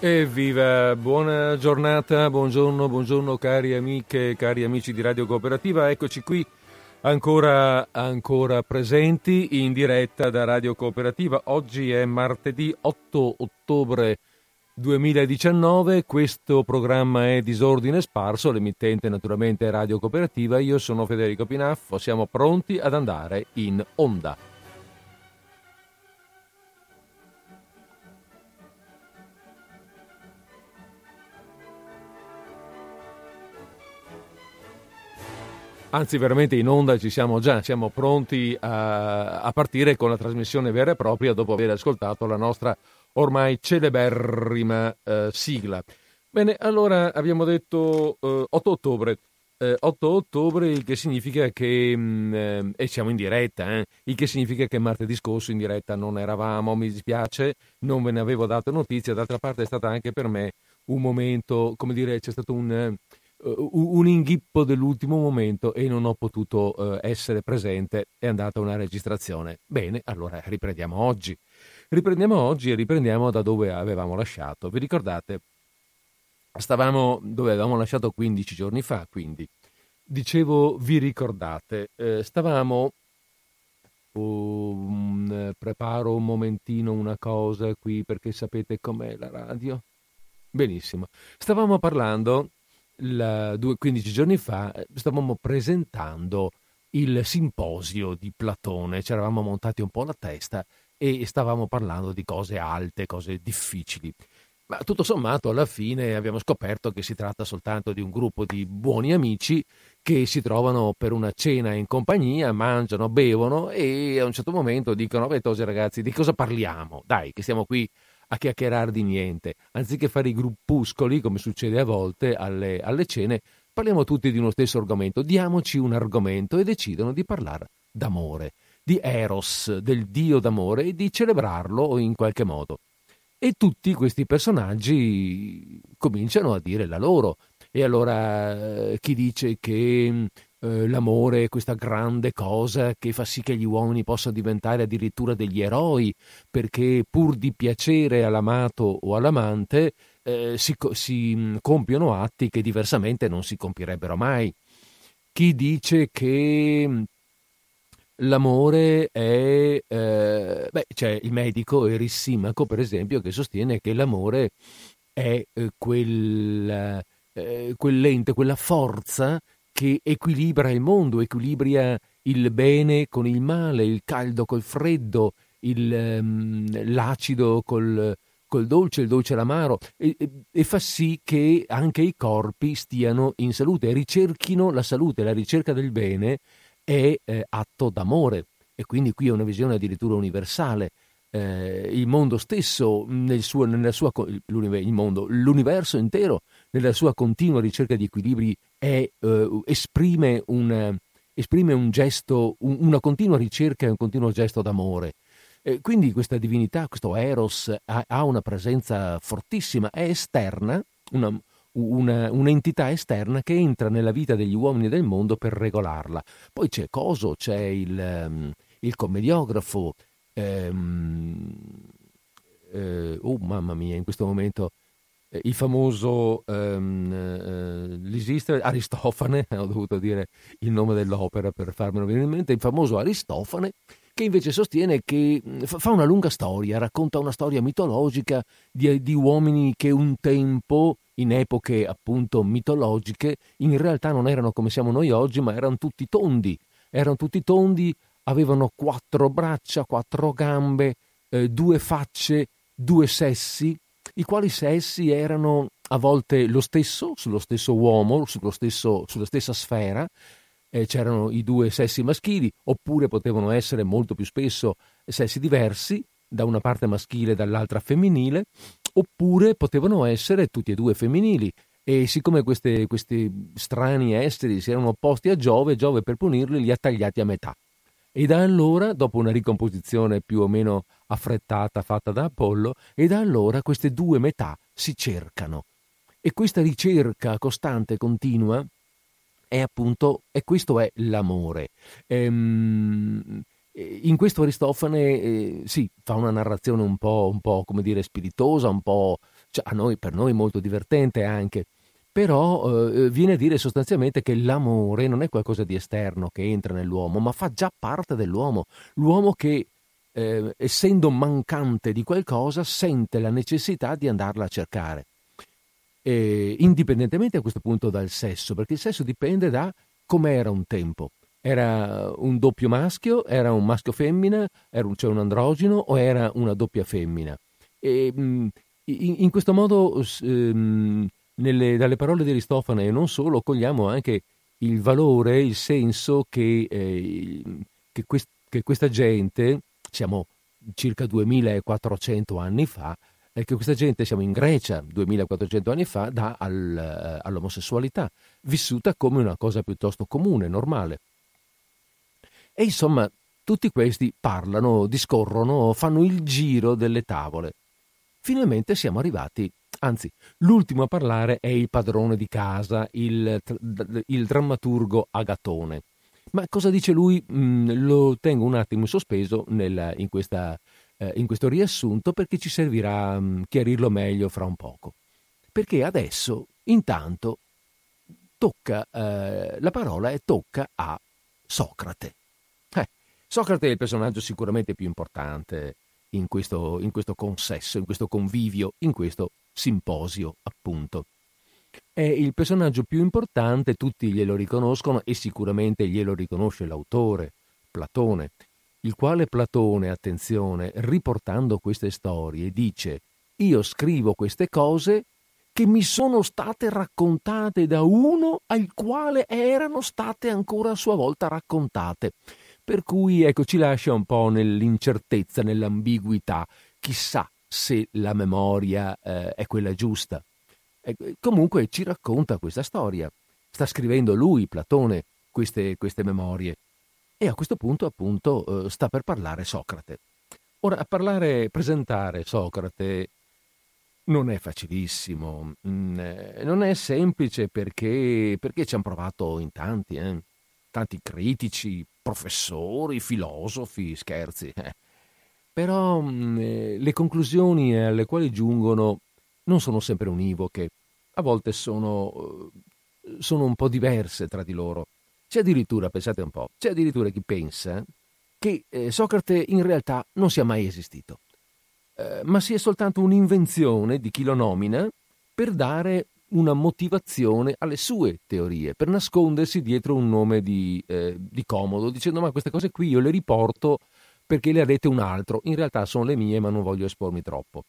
Evviva, buona giornata, buongiorno cari amiche, cari amici di Radio Cooperativa, eccoci qui ancora presenti in diretta da Radio Cooperativa. Oggi è martedì 8 ottobre 2019, questo programma è Disordine Sparso, l'emittente naturalmente è Radio Cooperativa, io sono Federico Pinaffo, siamo pronti ad andare in onda. Anzi, veramente in onda ci siamo già, siamo pronti a partire con la trasmissione vera e propria dopo aver ascoltato la nostra ormai celeberrima sigla. Bene, allora abbiamo detto 8 ottobre. 8 ottobre, il che significa che, e siamo in diretta, il che significa che martedì scorso in diretta non eravamo, mi dispiace, non ve ne avevo dato notizia, d'altra parte è stata anche per me un momento, come dire, c'è stato un inghippo dell'ultimo momento e non ho potuto essere presente, è andata una registrazione. Bene, allora riprendiamo oggi e riprendiamo da dove avevamo lasciato. Vi ricordate? Stavamo dove avevamo lasciato 15 giorni fa, quindi dicevo, vi ricordate, stavamo preparo un momentino una cosa qui perché sapete com'è la radio. Benissimo, stavamo parlando 15 giorni fa, stavamo presentando il simposio di Platone, ci eravamo montati un po' la testa e stavamo parlando di cose alte, cose difficili. Ma tutto sommato alla fine abbiamo scoperto che si tratta soltanto di un gruppo di buoni amici che si trovano per una cena in compagnia, mangiano, bevono e a un certo momento dicono: beh, ragazzi, di cosa parliamo? Dai, che siamo qui a chiacchierare di niente. Anziché fare i gruppuscoli, come succede a volte alle cene, parliamo tutti di uno stesso argomento, diamoci un argomento, e decidono di parlare d'amore, di Eros, del dio d'amore, e di celebrarlo in qualche modo. E tutti questi personaggi cominciano a dire la loro. E allora chi dice che l'amore è questa grande cosa che fa sì che gli uomini possano diventare addirittura degli eroi, perché pur di piacere all'amato o all'amante si compiono atti che diversamente non si compierebbero mai. Chi dice che l'amore è c'è il medico Erissimmaco, per esempio, che sostiene che l'amore è quell'ente, quella forza che equilibra il mondo, equilibra il bene con il male, il caldo col freddo, l'acido col dolce, il dolce l'amaro, e fa sì che anche i corpi stiano in salute, ricerchino la salute. La ricerca del bene è atto d'amore, e quindi qui è una visione addirittura universale. Il mondo stesso, l'universo intero, nella sua continua ricerca di equilibri, esprime un gesto, una continua ricerca e un continuo gesto d'amore. Quindi questa divinità, questo Eros, ha una presenza fortissima, è esterna, un'entità esterna che entra nella vita degli uomini del mondo per regolarla. Poi c'è c'è il commediografo, oh mamma mia, in questo momento il famoso l'esistere Aristofane, ho dovuto dire il nome dell'opera per farmelo venire in mente, il famoso Aristofane, che invece sostiene che fa una lunga storia, racconta una storia mitologica di uomini che un tempo, in epoche appunto mitologiche, in realtà non erano come siamo noi oggi, ma erano tutti tondi, avevano 4 braccia, 4 gambe, 2 facce, 2 sessi, i quali sessi erano a volte lo stesso, sullo stesso uomo, sulla stessa sfera. C'erano i 2 sessi maschili, oppure potevano essere molto più spesso sessi diversi, da una parte maschile e dall'altra femminile, oppure potevano essere tutti e 2 femminili. E siccome questi strani esseri si erano opposti a Giove per punirli li ha tagliati a metà. E da allora, dopo una ricomposizione più o meno affrettata fatta da Apollo, e da allora queste 2 metà si cercano. E questa ricerca costante e continua questo è l'amore. In questo Aristofane fa una narrazione un po' come dire spiritosa, un po' cioè, per noi molto divertente anche, però viene a dire sostanzialmente che l'amore non è qualcosa di esterno che entra nell'uomo, ma fa già parte dell'uomo. L'uomo che, essendo mancante di qualcosa, sente la necessità di andarla a cercare. Indipendentemente a questo punto dal sesso, perché il sesso dipende da come era un tempo. Era un doppio maschio, era un maschio femmina, cioè un androgino o era una doppia femmina. E, in questo modo, dalle parole di Aristofane e non solo, cogliamo anche il valore, il senso che questa gente, siamo circa 2400 anni fa, che questa gente, siamo in Grecia 2400 anni fa, dà all'omosessualità, vissuta come una cosa piuttosto comune, normale. E insomma, tutti questi parlano, discorrono, fanno il giro delle tavole. Finalmente siamo arrivati, anzi, l'ultimo a parlare è il padrone di casa, il drammaturgo Agatone. Ma cosa dice lui? Lo tengo un attimo sospeso in questo riassunto, perché ci servirà chiarirlo meglio fra un poco. Perché adesso, intanto, tocca la parola e tocca a Socrate. Socrate è il personaggio sicuramente più importante in questo consesso, in questo convivio, in questo simposio, appunto. È il personaggio più importante, tutti glielo riconoscono e sicuramente glielo riconosce l'autore, Platone, il quale Platone, attenzione, riportando queste storie, dice: io scrivo queste cose che mi sono state raccontate da uno al quale erano state ancora a sua volta raccontate. Per cui, ecco, ci lascia un po' nell'incertezza, nell'ambiguità. Chissà se la memoria è quella giusta. Comunque ci racconta questa storia. Sta scrivendo lui, Platone, queste memorie. E a questo punto, appunto, sta per parlare Socrate. Ora, presentare Socrate non è facilissimo, non è semplice perché ci hanno provato in tanti, tanti critici, professori, filosofi, scherzi. Però le conclusioni alle quali giungono non sono sempre univoche, a volte sono un po' diverse tra di loro. C'è addirittura, pensate un po', c'è addirittura chi pensa che Socrate in realtà non sia mai esistito, ma sia soltanto un'invenzione di chi lo nomina per dare una motivazione alle sue teorie, per nascondersi dietro un nome di comodo, dicendo: ma queste cose qui io le riporto perché le ha dette un altro, in realtà sono le mie, ma non voglio espormi troppo.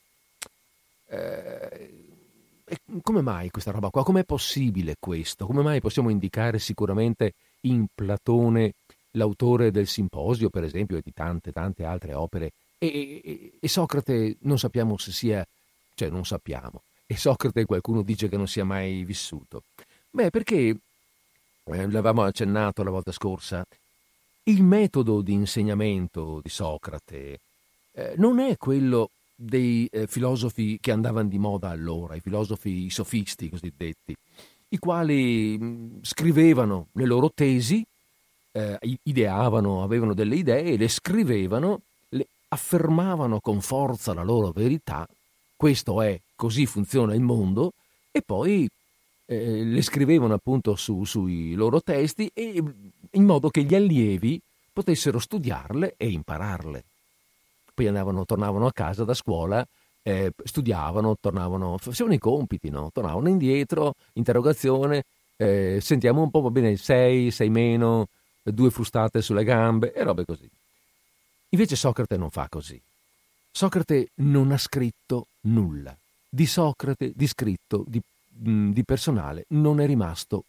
Come mai questa roba qua? Com'è possibile questo? Come mai possiamo indicare sicuramente in Platone l'autore del Simposio, per esempio, e di tante altre opere, e Socrate non sappiamo se sia, cioè non sappiamo, e Socrate qualcuno dice che non sia mai vissuto? Beh, perché, l'avevamo accennato la volta scorsa, il metodo di insegnamento di Socrate non è quello dei filosofi che andavano di moda allora, i filosofi sofisti cosiddetti, i quali scrivevano le loro tesi, ideavano, avevano delle idee, le scrivevano, le affermavano con forza la loro verità, questo è, così funziona il mondo, e poi le scrivevano appunto sui loro testi, e in modo che gli allievi potessero studiarle e impararle. Poi tornavano a casa da scuola, studiavano, facevano i compiti, no? Tornavano indietro, interrogazione, sentiamo un po', va bene, 6 meno, 2 frustate sulle gambe e robe così. Invece Socrate non fa così. Socrate non ha scritto nulla. Di Socrate, di scritto, di personale, non è rimasto,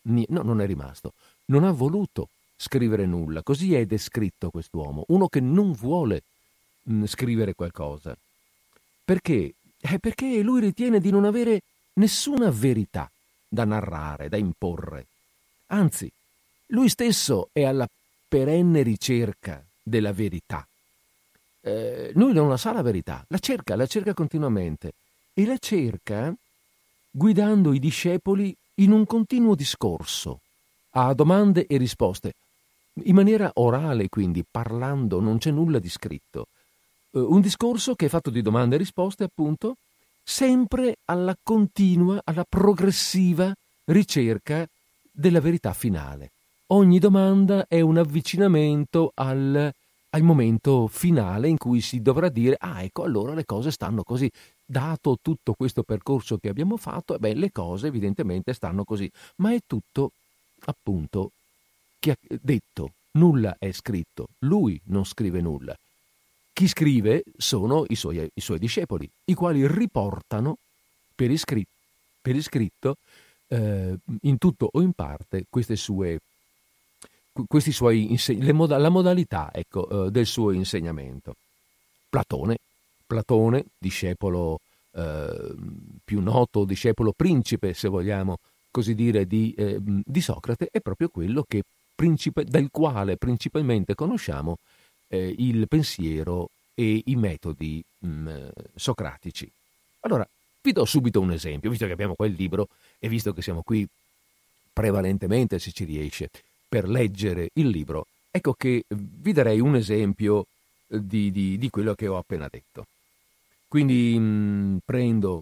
non ha voluto scrivere nulla. Così è descritto quest'uomo, uno che non vuole scrivere qualcosa. Perché? Perché lui ritiene di non avere nessuna verità da narrare, da imporre. Anzi, lui stesso è alla perenne ricerca della verità. Lui non la sa la verità, la cerca continuamente, e la cerca guidando i discepoli in un continuo discorso a domande e risposte, in maniera orale, quindi parlando, non c'è nulla di scritto. Un discorso che è fatto di domande e risposte, appunto, sempre alla continua, alla progressiva ricerca della verità finale. Ogni domanda è un avvicinamento al momento finale in cui si dovrà dire: ah, ecco, allora le cose stanno così. Dato tutto questo percorso che abbiamo fatto, le cose evidentemente stanno così. Ma è tutto, appunto, chi ha detto, nulla è scritto. Lui non scrive nulla. Chi scrive sono i suoi discepoli, i quali riportano per iscritto in tutto o in parte questi suoi la modalità, ecco, del suo insegnamento. Platone, discepolo più noto, discepolo principe, se vogliamo così dire, di Socrate, è proprio quello dal quale principalmente conosciamo il pensiero e i metodi socratici. Allora, vi do subito un esempio, visto che abbiamo qua il libro e visto che siamo qui prevalentemente, se ci riesce, per leggere il libro, ecco che vi darei un esempio di quello che ho appena detto. Quindi prendo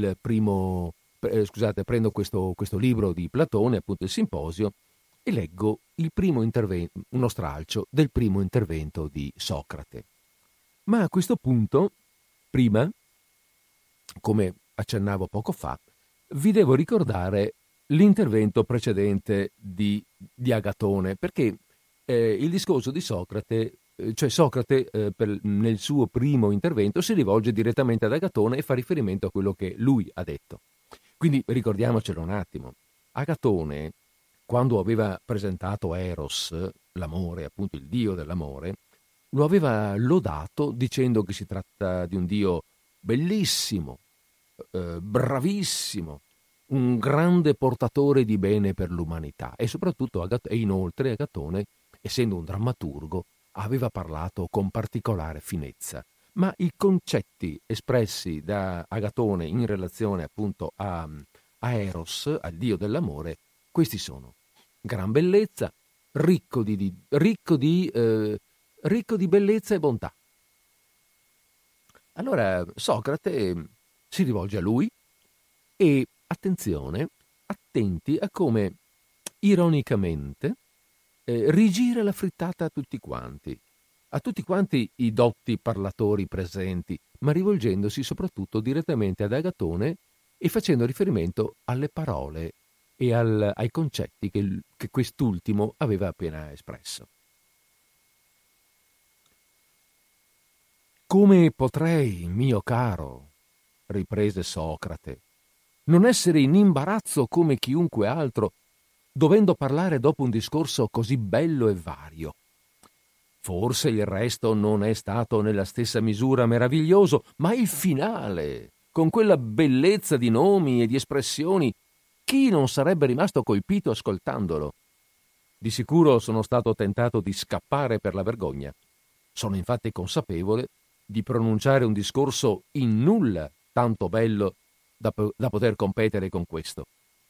questo libro di Platone, appunto il Simposio, e leggo uno stralcio del primo intervento di Socrate. Ma a questo punto, prima, come accennavo poco fa, vi devo ricordare l'intervento precedente di Agatone, perché il discorso di Socrate, cioè Socrate nel suo primo intervento si rivolge direttamente ad Agatone e fa riferimento a quello che lui ha detto. Quindi ricordiamocelo un attimo. Agatone, quando aveva presentato Eros, l'amore, appunto il dio dell'amore, lo aveva lodato dicendo che si tratta di un dio bellissimo, bravissimo, un grande portatore di bene per l'umanità, e soprattutto inoltre Agatone, essendo un drammaturgo, aveva parlato con particolare finezza. Ma i concetti espressi da Agatone in relazione appunto a Eros, al dio dell'amore, questi sono: gran bellezza, ricco di bellezza e bontà. Allora Socrate si rivolge a lui e, attenzione, attenti a come ironicamente rigira la frittata a tutti quanti i dotti parlatori presenti, ma rivolgendosi soprattutto direttamente ad Agatone e facendo riferimento alle parole e ai concetti che quest'ultimo aveva appena espresso. Come potrei, mio caro, riprese Socrate, non essere in imbarazzo come chiunque altro, dovendo parlare dopo un discorso così bello e vario? Forse il resto non è stato nella stessa misura meraviglioso, ma il finale, con quella bellezza di nomi e di espressioni, chi non sarebbe rimasto colpito ascoltandolo? Di sicuro sono stato tentato di scappare per la vergogna. Sono infatti consapevole di pronunciare un discorso in nulla tanto bello da poter competere con questo.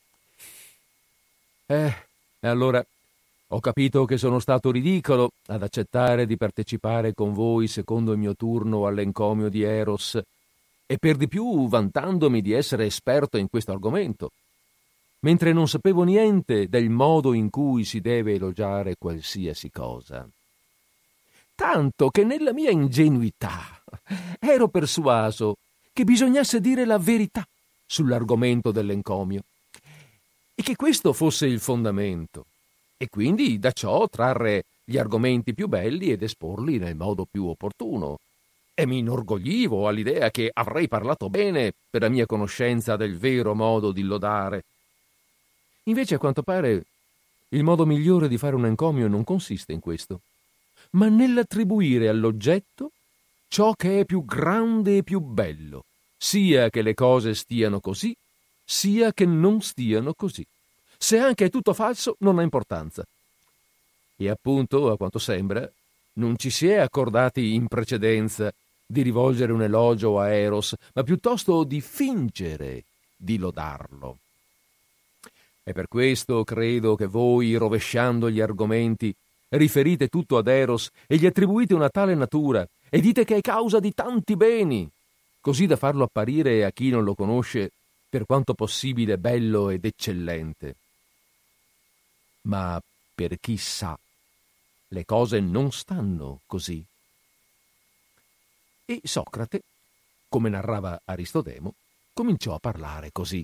E allora ho capito che sono stato ridicolo ad accettare di partecipare con voi secondo il mio turno all'encomio di Eros, e per di più vantandomi di essere esperto in questo argomento, mentre non sapevo niente del modo in cui si deve elogiare qualsiasi cosa. Tanto che nella mia ingenuità ero persuaso che bisognasse dire la verità sull'argomento dell'encomio e che questo fosse il fondamento, e quindi da ciò trarre gli argomenti più belli ed esporli nel modo più opportuno. E mi inorgoglivo all'idea che avrei parlato bene per la mia conoscenza del vero modo di lodare. Invece, a quanto pare, il modo migliore di fare un encomio non consiste in questo, ma nell'attribuire all'oggetto ciò che è più grande e più bello, sia che le cose stiano così, sia che non stiano così. Se anche è tutto falso, non ha importanza. E appunto, a quanto sembra, non ci si è accordati in precedenza di rivolgere un elogio a Eros, ma piuttosto di fingere di lodarlo. E per questo credo che voi, rovesciando gli argomenti, riferite tutto ad Eros e gli attribuite una tale natura e dite che è causa di tanti beni. così da farlo apparire a chi non lo conosce per quanto possibile bello ed eccellente. Ma per chi sa, le cose non stanno così. E Socrate, come narrava Aristodemo, cominciò a parlare così.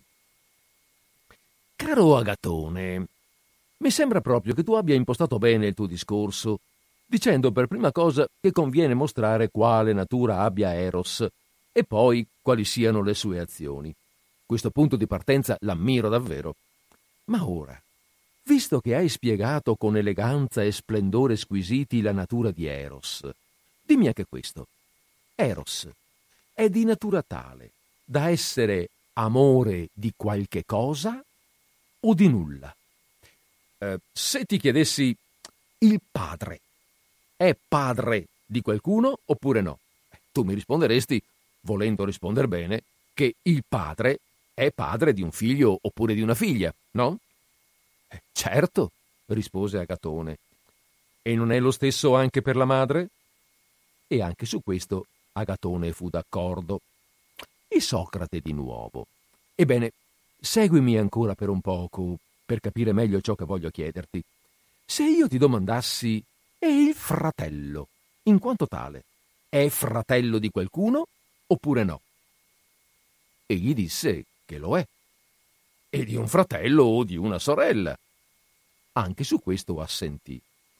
Caro Agatone, mi sembra proprio che tu abbia impostato bene il tuo discorso, dicendo per prima cosa che conviene mostrare quale natura abbia Eros e poi quali siano le sue azioni. Questo punto di partenza l'ammiro davvero. Ma ora, visto che hai spiegato con eleganza e splendore squisiti la natura di Eros, dimmi anche questo. Eros è di natura tale da essere amore di qualche cosa o di nulla? Se ti chiedessi, il padre è padre di qualcuno oppure no? Tu mi risponderesti, volendo rispondere bene, che il padre è padre di un figlio oppure di una figlia, no? Certo, rispose Agatone. E non è lo stesso anche per la madre? E anche su questo Agatone fu d'accordo. E Socrate di nuovo. Ebbene, seguimi ancora per un poco, per capire meglio ciò che voglio chiederti. Se io ti domandassi, e il fratello, in quanto tale, è fratello di qualcuno oppure no? Egli disse che lo è. E di un fratello o di una sorella? Anche su questo assentì.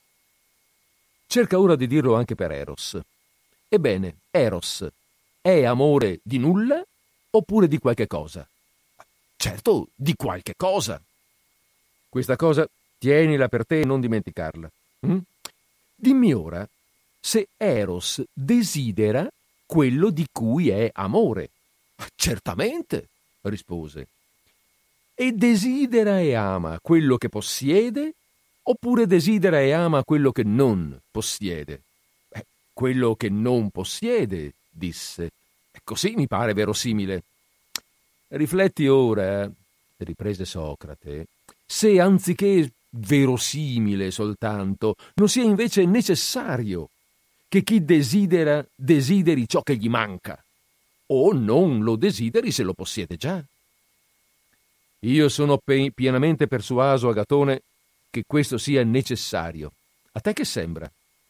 Cerca ora di dirlo anche per Eros. Ebbene, Eros è amore di nulla oppure di qualche cosa? Certo, di qualche cosa. Questa cosa tienila per te e non dimenticarla. Dimmi ora se Eros desidera quello di cui è amore. Certamente, rispose. E desidera e ama quello che possiede oppure desidera e ama quello che non possiede? Quello che non possiede, disse. E così mi pare verosimile. Rifletti ora, riprese Socrate, se anziché verosimile soltanto, non sia invece necessario che chi desidera desideri ciò che gli manca, o non lo desideri se lo possiede già. Io sono pienamente persuaso, Agatone, che questo sia necessario. A te che sembra?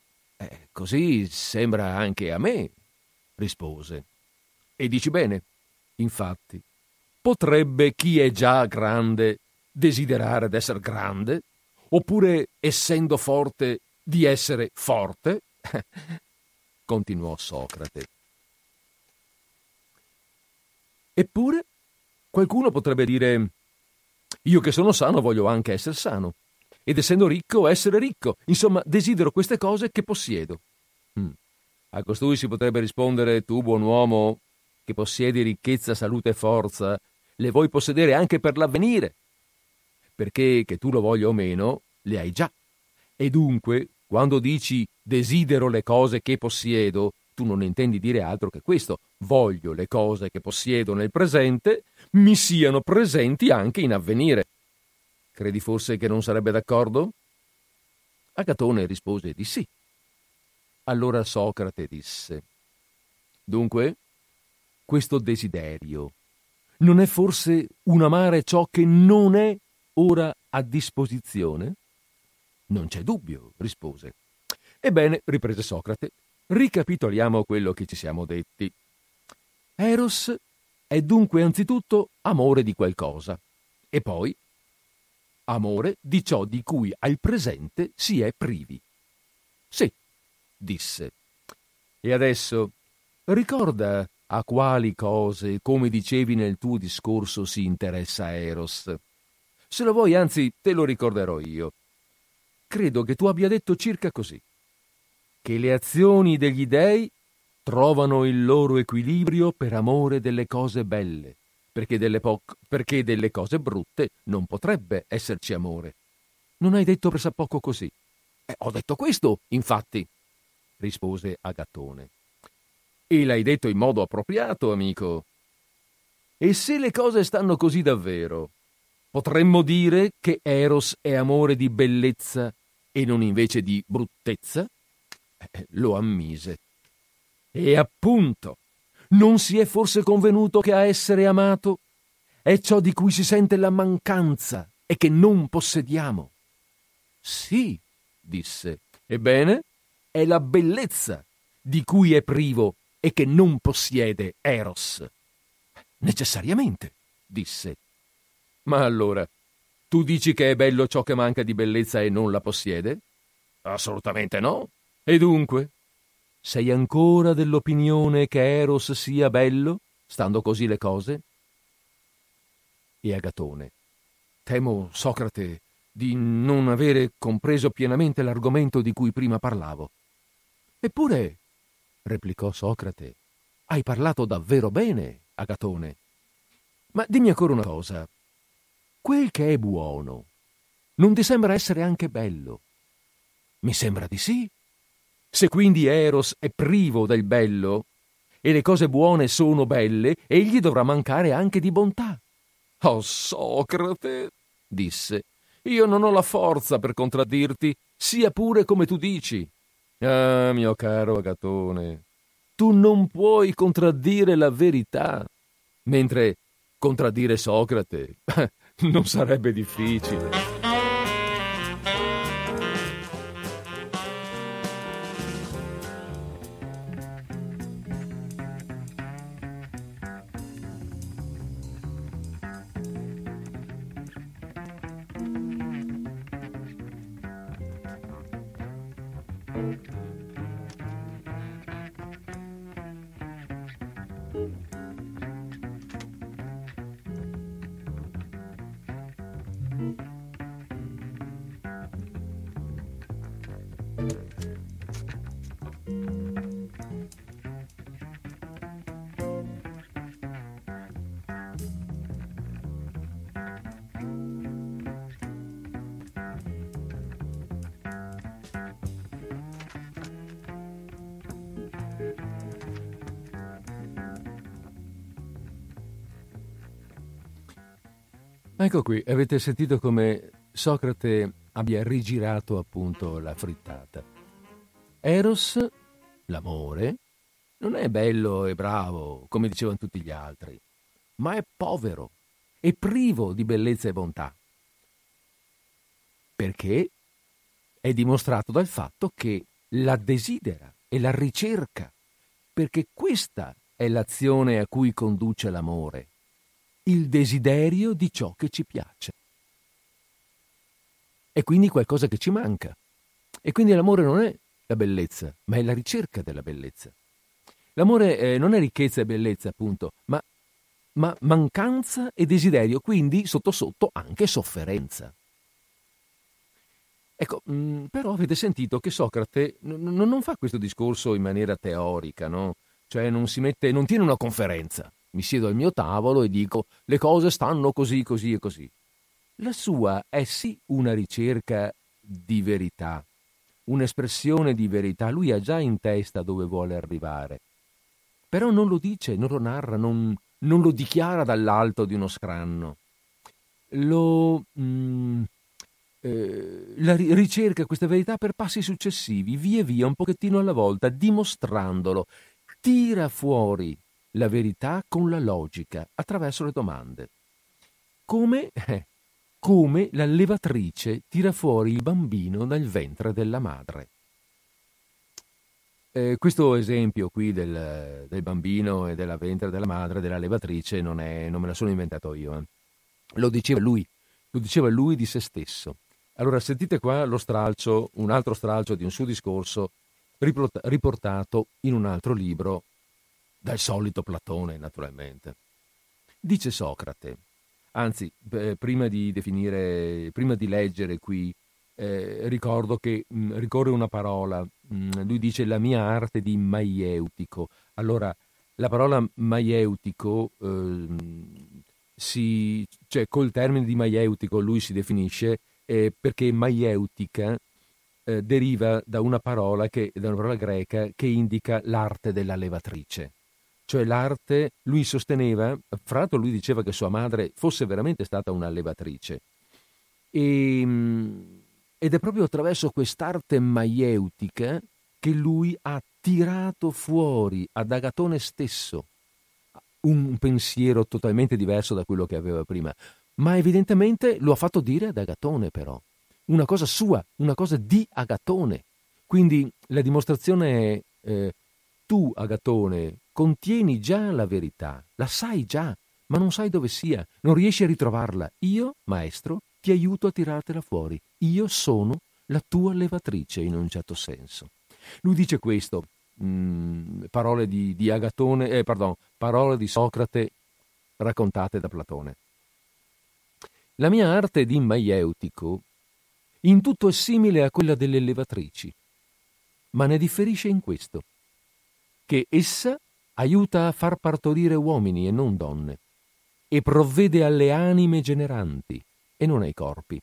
Così sembra anche a me, rispose. E dici bene, infatti, potrebbe chi è già grande desiderare d'essere grande, oppure, essendo forte, di essere forte? Continuò Socrate. Eppure, qualcuno potrebbe dire, io che sono sano voglio anche essere sano, ed essendo ricco essere ricco, insomma desidero queste cose che possiedo. A costui si potrebbe rispondere, tu buon uomo, che possiedi ricchezza, salute e forza, le vuoi possedere anche per l'avvenire, perché che tu lo voglia o meno, le hai già. E dunque, quando dici desidero le cose che possiedo, tu non intendi dire altro che questo. Voglio le cose che possiedo nel presente mi siano presenti anche in avvenire. Credi forse che non sarebbe d'accordo? Agatone rispose di sì. Allora Socrate disse, dunque, questo desiderio non è forse un amare ciò che non è ora a disposizione? Non c'è dubbio, rispose. Ebbene, riprese Socrate, ricapitoliamo quello che ci siamo detti. Eros è dunque anzitutto amore di qualcosa e poi amore di ciò di cui al presente si è privi. Sì, disse. E adesso ricorda a quali cose, come dicevi nel tuo discorso, si interessa Eros. Se lo vuoi, anzi, te lo ricorderò io. Credo che tu abbia detto circa così, che le azioni degli dei trovano il loro equilibrio per amore delle cose belle, perché delle cose brutte non potrebbe esserci amore. Non hai detto pressappoco così? Ho detto questo, infatti, rispose Agatone. E l'hai detto in modo appropriato, amico. E se le cose stanno così davvero, potremmo dire che Eros è amore di bellezza e non invece di bruttezza? Lo ammise. E appunto, Non si è forse convenuto che a essere amato è ciò di cui si sente la mancanza e che non possediamo? Sì, disse. Ebbene, è la bellezza di cui è privo e che non possiede Eros. Necessariamente, disse. Ma allora, tu dici che è bello ciò che manca di bellezza e non la possiede? Assolutamente no. E dunque? Sei ancora dell'opinione che Eros sia bello, stando così le cose? E Agatone: temo, Socrate, di non avere compreso pienamente l'argomento di cui prima parlavo. Eppure, replicò Socrate, hai parlato davvero bene, Agatone. Ma dimmi ancora una cosa. Quel che è buono non ti sembra essere anche bello? Mi sembra di sì. Se quindi Eros è privo del bello e le cose buone sono belle, egli dovrà mancare anche di bontà. Oh, Socrate, disse, io non ho la forza per contraddirti, sia pure come tu dici. Ah, mio caro Agatone, tu non puoi contraddire la verità, mentre contraddire Socrate non sarebbe difficile. Ecco qui, avete sentito come Socrate abbia rigirato appunto la frittata. Eros, l'amore, non è bello e bravo, come dicevano tutti gli altri, ma è povero e privo di bellezza e bontà. Perché è dimostrato dal fatto che la desidera e la ricerca, perché questa è l'azione a cui conduce l'amore. Il desiderio di ciò che ci piace. È quindi qualcosa che ci manca. E quindi l'amore non è la bellezza, ma è la ricerca della bellezza. L'amore non è ricchezza e bellezza, appunto, ma mancanza e desiderio, quindi sotto sotto anche sofferenza. Ecco, però avete sentito che Socrate non fa questo discorso in maniera teorica, no? Cioè non tiene una conferenza. Mi siedo al mio tavolo e dico le cose stanno così, così e così. La sua è sì una ricerca di verità, un'espressione di verità. Lui ha già in testa dove vuole arrivare. Però non lo dice, non lo narra, non lo dichiara dall'alto di uno scranno. Ricerca questa verità per passi successivi, via via, un pochettino alla volta, dimostrandolo. Tira fuori la verità con la logica, attraverso le domande. Come l'allevatrice tira fuori il bambino dal ventre della madre. Questo esempio qui del bambino e della ventre della madre, dell'allevatrice, non me la sono inventato io. Lo diceva lui di se stesso. Allora sentite qua un altro stralcio di un suo discorso riportato in un altro libro dal solito Platone, naturalmente. Dice Socrate, anzi, prima di leggere qui, ricordo che ricorre una parola. Lui dice la mia arte di maieutico. Allora, la parola maieutico, cioè col termine di maieutico lui si definisce perché maieutica deriva da una parola greca che indica l'arte della levatrice. Cioè l'arte, lui sosteneva, fra l'altro lui diceva che sua madre fosse veramente stata una allevatrice. Ed è proprio attraverso quest'arte maieutica che lui ha tirato fuori ad Agatone stesso un pensiero totalmente diverso da quello che aveva prima, ma evidentemente lo ha fatto dire ad Agatone, però. Una cosa sua, una cosa di Agatone. Quindi la dimostrazione è tu, Agatone, contieni già la verità, la sai già, ma non sai dove sia, non riesci a ritrovarla. Io, maestro, ti aiuto a tirartela fuori. Io sono la tua levatrice, in un certo senso. Lui dice questo, parole di Agatone, parole di Socrate raccontate da Platone. La mia arte di maieutico in tutto è simile a quella delle levatrici, ma ne differisce in questo, che essa aiuta a far partorire uomini e non donne, e provvede alle anime generanti e non ai corpi.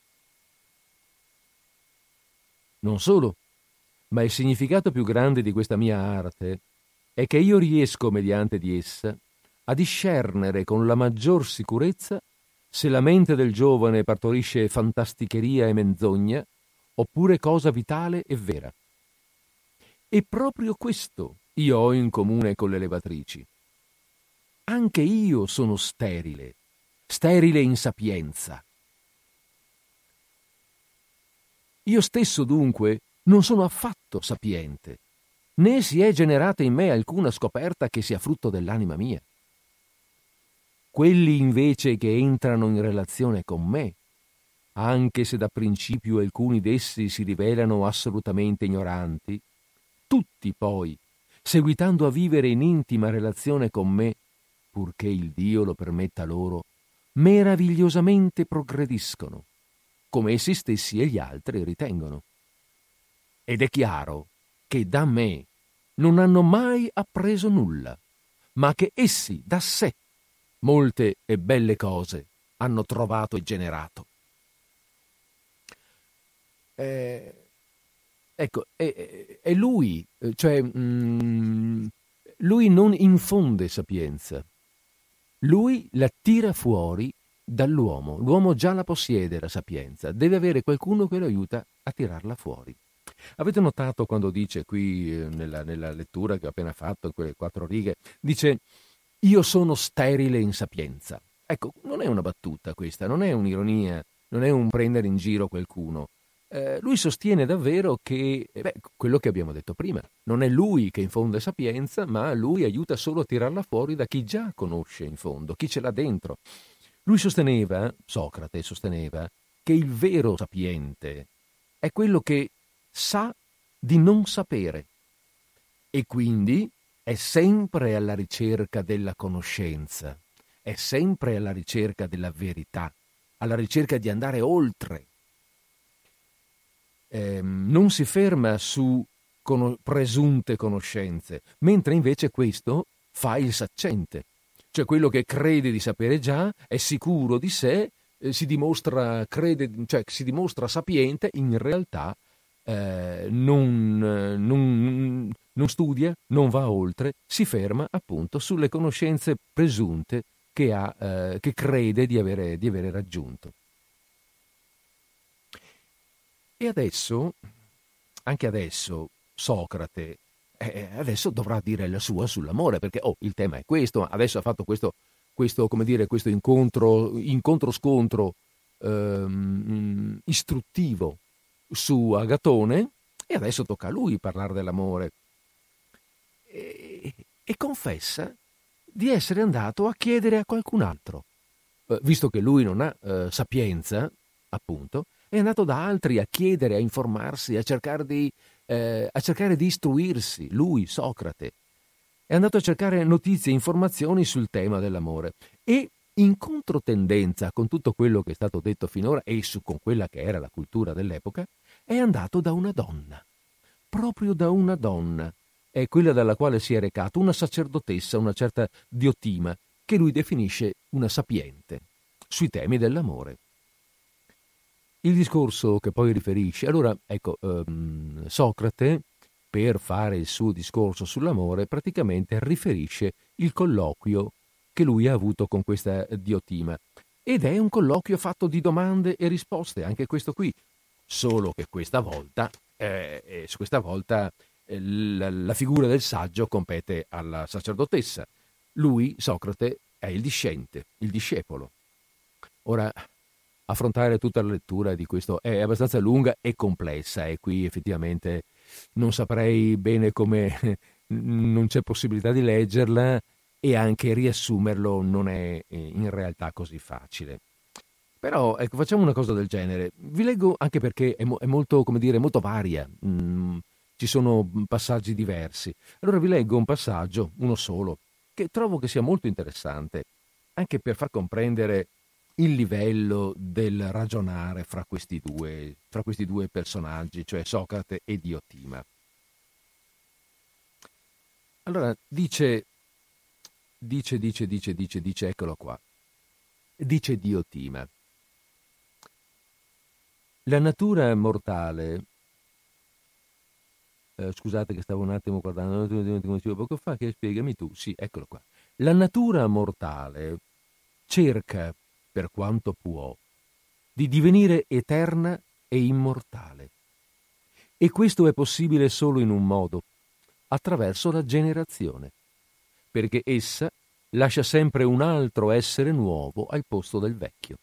Non solo, ma il significato più grande di questa mia arte è che io riesco, mediante di essa, a discernere con la maggior sicurezza se la mente del giovane partorisce fantasticheria e menzogna, oppure cosa vitale e vera. E proprio questo io ho in comune con le levatrici. Anche io sono sterile in sapienza. Io stesso, dunque, non sono affatto sapiente, né si è generata in me alcuna scoperta che sia frutto dell'anima mia. Quelli invece che entrano in relazione con me, anche se da principio alcuni d'essi si rivelano assolutamente ignoranti, tutti poi, seguitando a vivere in intima relazione con me, purché il Dio lo permetta loro, meravigliosamente progrediscono, come essi stessi e gli altri ritengono. Ed è chiaro che da me non hanno mai appreso nulla, ma che essi da sé molte e belle cose hanno trovato e generato. Ecco, è lui, cioè lui non infonde sapienza, lui la tira fuori dall'uomo. L'uomo già la possiede la sapienza, deve avere qualcuno che lo aiuta a tirarla fuori. Avete notato quando dice qui nella lettura che ho appena fatto, in quelle 4 righe, dice io sono sterile in sapienza. Ecco, non è una battuta questa, non è un'ironia, non è un prendere in giro qualcuno. Lui sostiene davvero che, quello che abbiamo detto prima, non è lui che infonde sapienza, ma lui aiuta solo a tirarla fuori da chi già conosce in fondo, chi ce l'ha dentro. Lui Socrate sosteneva, che il vero sapiente è quello che sa di non sapere e quindi è sempre alla ricerca della conoscenza, è sempre alla ricerca della verità, alla ricerca di andare oltre. Non si ferma su presunte conoscenze, mentre invece questo fa il saccente, cioè quello che crede di sapere già, è sicuro di sé, si dimostra sapiente, in realtà non studia, non va oltre, si ferma appunto sulle conoscenze presunte che crede di avere raggiunto. E adesso, anche adesso, Socrate adesso dovrà dire la sua sull'amore, perché il tema è questo, adesso ha fatto questo incontro-scontro istruttivo su Agatone, e adesso tocca a lui parlare dell'amore. E confessa di essere andato a chiedere a qualcun altro, visto che lui non ha sapienza, appunto, è andato da altri a chiedere, a informarsi, a cercare di istruirsi. Lui, Socrate, è andato a cercare notizie e informazioni sul tema dell'amore, e in controtendenza con tutto quello che è stato detto finora e con quella che era la cultura dell'epoca, è andato da una donna, proprio da una donna, è quella dalla quale si è recato, una sacerdotessa, una certa Diotima, che lui definisce una sapiente sui temi dell'amore. Il discorso che poi riferisce, allora ecco, Socrate, per fare il suo discorso sull'amore, praticamente riferisce il colloquio che lui ha avuto con questa Diotima, ed è un colloquio fatto di domande e risposte, anche questo qui, solo che questa volta la figura del saggio compete alla sacerdotessa. Lui, Socrate, è il discente, il discepolo. Ora, affrontare tutta la lettura di questo è abbastanza lunga e complessa e qui effettivamente non saprei bene come non c'è possibilità di leggerla e anche riassumerlo non è in realtà così facile. Però ecco, facciamo una cosa del genere. Vi leggo anche perché è molto, come dire, molto varia. Ci sono passaggi diversi. Allora vi leggo un passaggio, uno solo, che trovo che sia molto interessante, anche per far comprendere il livello del ragionare fra questi due personaggi, cioè Socrate e Diotima. Allora dice, eccolo qua. Dice Diotima: la natura mortale, scusate che stavo un attimo guardando, come dicevo poco fa, che spiegami tu, sì, eccolo qua. La natura mortale cerca, per quanto può, di divenire eterna e immortale. E questo è possibile solo in un modo, attraverso la generazione, perché essa lascia sempre un altro essere nuovo al posto del vecchio.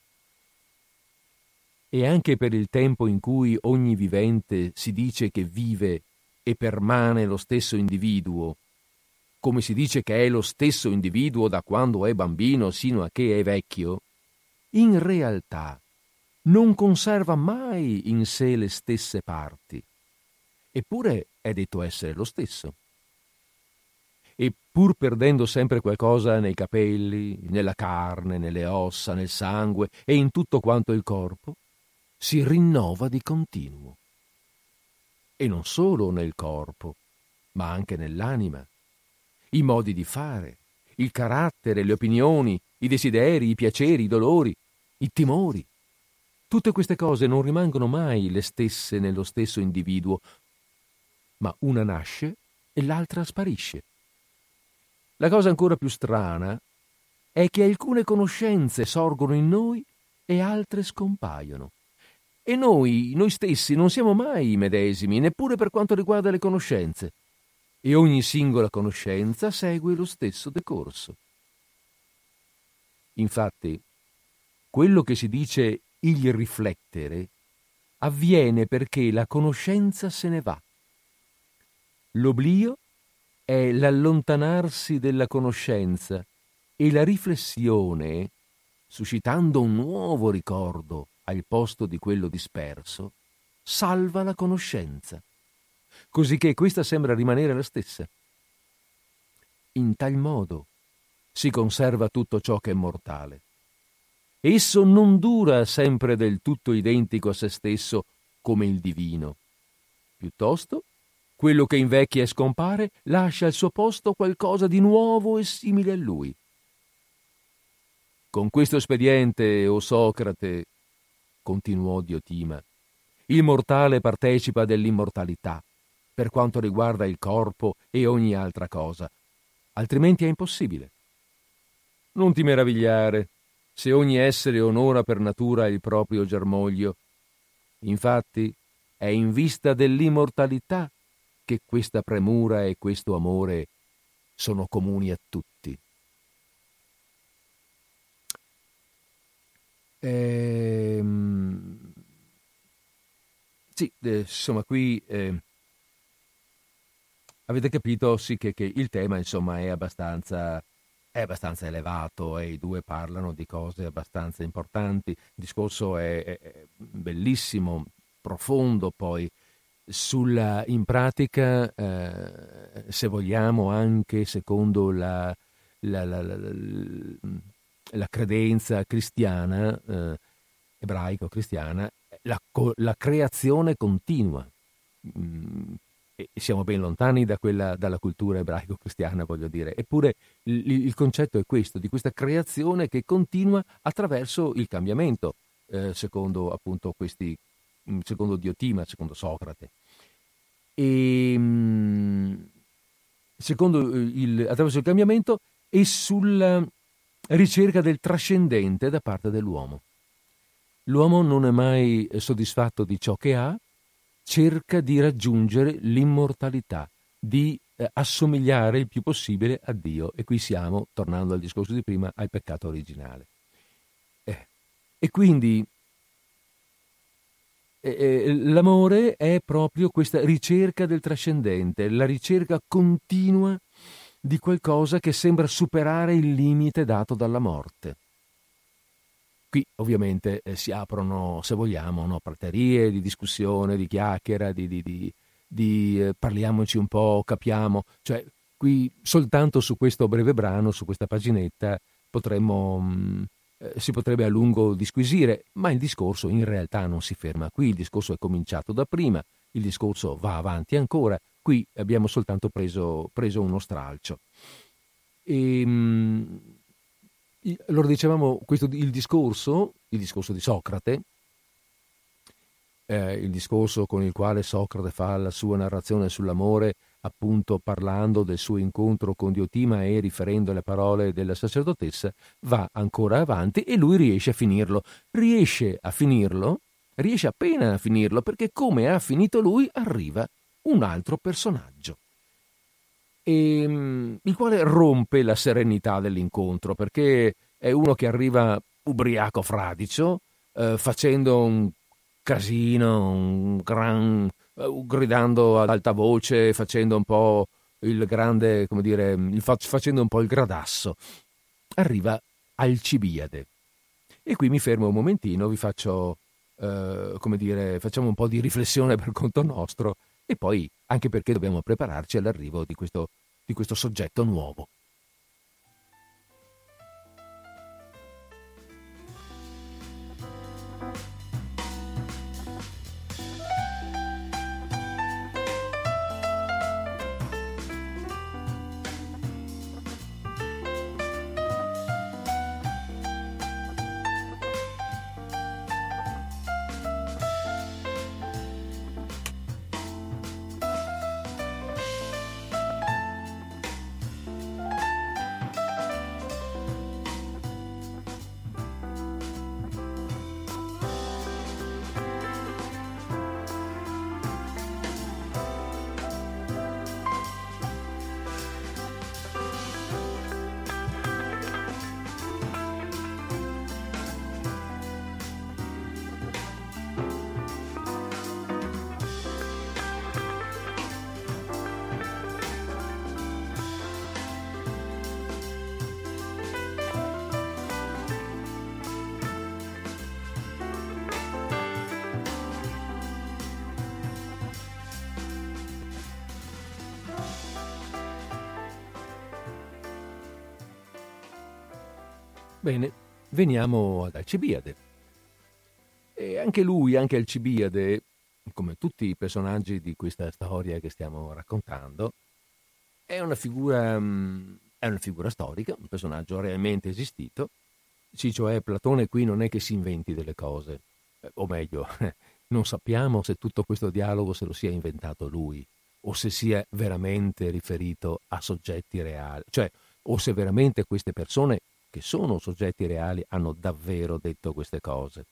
E anche per il tempo in cui ogni vivente si dice che vive e permane lo stesso individuo, come si dice che è lo stesso individuo da quando è bambino sino a che è vecchio, in realtà non conserva mai in sé le stesse parti, eppure è detto essere lo stesso. E pur perdendo sempre qualcosa nei capelli, nella carne, nelle ossa, nel sangue e in tutto quanto il corpo, si rinnova di continuo. E non solo nel corpo, ma anche nell'anima, i modi di fare, il carattere, le opinioni, i desideri, i piaceri, i dolori, i timori. Tutte queste cose non rimangono mai le stesse nello stesso individuo, ma una nasce e l'altra sparisce. La cosa ancora più strana è che alcune conoscenze sorgono in noi e altre scompaiono. E noi stessi non siamo mai i medesimi, neppure per quanto riguarda le conoscenze. E ogni singola conoscenza segue lo stesso decorso. Infatti, quello che si dice il riflettere avviene perché la conoscenza se ne va. L'oblio è l'allontanarsi della conoscenza e la riflessione, suscitando un nuovo ricordo al posto di quello disperso, salva la conoscenza, cosicché questa sembra rimanere la stessa. In tal modo si conserva tutto ciò che è mortale. Esso non dura sempre del tutto identico a se stesso come il divino. Piuttosto, quello che invecchia e scompare lascia al suo posto qualcosa di nuovo e simile a lui. Con questo espediente, o Socrate, continuò Diotima, il mortale partecipa dell'immortalità per quanto riguarda il corpo e ogni altra cosa, altrimenti è impossibile. Non ti meravigliare se ogni essere onora per natura il proprio germoglio. Infatti è in vista dell'immortalità che questa premura e questo amore sono comuni a tutti. Sì, insomma, qui avete capito sì che il tema insomma è abbastanza elevato e i due parlano di cose abbastanza importanti. Il discorso è bellissimo, profondo poi, in pratica, se vogliamo, anche secondo la credenza cristiana, ebraico-cristiana, la creazione continua. E siamo ben lontani dalla cultura ebraico-cristiana, voglio dire. Eppure il concetto è questo, di questa creazione che continua attraverso il cambiamento, secondo appunto secondo Diotima, secondo Socrate. E attraverso il cambiamento e sulla ricerca del trascendente da parte dell'uomo. L'uomo non è mai soddisfatto di ciò che ha, cerca di raggiungere l'immortalità, di assomigliare il più possibile a Dio. E qui siamo, tornando al discorso di prima, al peccato originale. E quindi l'amore è proprio questa ricerca del trascendente, la ricerca continua di qualcosa che sembra superare il limite dato dalla morte. Qui ovviamente si aprono, se vogliamo, no, praterie di discussione, di chiacchiera, parliamoci un po', capiamo. Cioè, qui soltanto su questo breve brano, su questa paginetta, si potrebbe a lungo disquisire, ma il discorso in realtà non si ferma qui, il discorso è cominciato da prima, il discorso va avanti ancora, qui abbiamo soltanto preso uno stralcio. Allora dicevamo, il discorso di Socrate, il discorso con il quale Socrate fa la sua narrazione sull'amore, appunto parlando del suo incontro con Diotima e riferendo le parole della sacerdotessa, va ancora avanti e lui riesce appena a finirlo, perché come ha finito lui arriva un altro personaggio, il quale rompe la serenità dell'incontro, perché è uno che arriva ubriaco fradicio, facendo un casino, gridando ad alta voce, facendo un po' il grande, come dire, facendo un po' il gradasso. Arriva Alcibiade. E qui mi fermo un momentino, vi faccio, facciamo un po' di riflessione per conto nostro, e poi anche perché dobbiamo prepararci all'arrivo di questo soggetto nuovo. Bene, veniamo ad Alcibiade. E anche lui, anche Alcibiade, come tutti i personaggi di questa storia che stiamo raccontando, è una figura storica, un personaggio realmente esistito. Sì, cioè Platone qui non è che si inventi delle cose, o meglio, non sappiamo se tutto questo dialogo se lo sia inventato lui, o se sia veramente riferito a soggetti reali, cioè o se veramente queste persone che sono soggetti reali hanno davvero detto queste cose,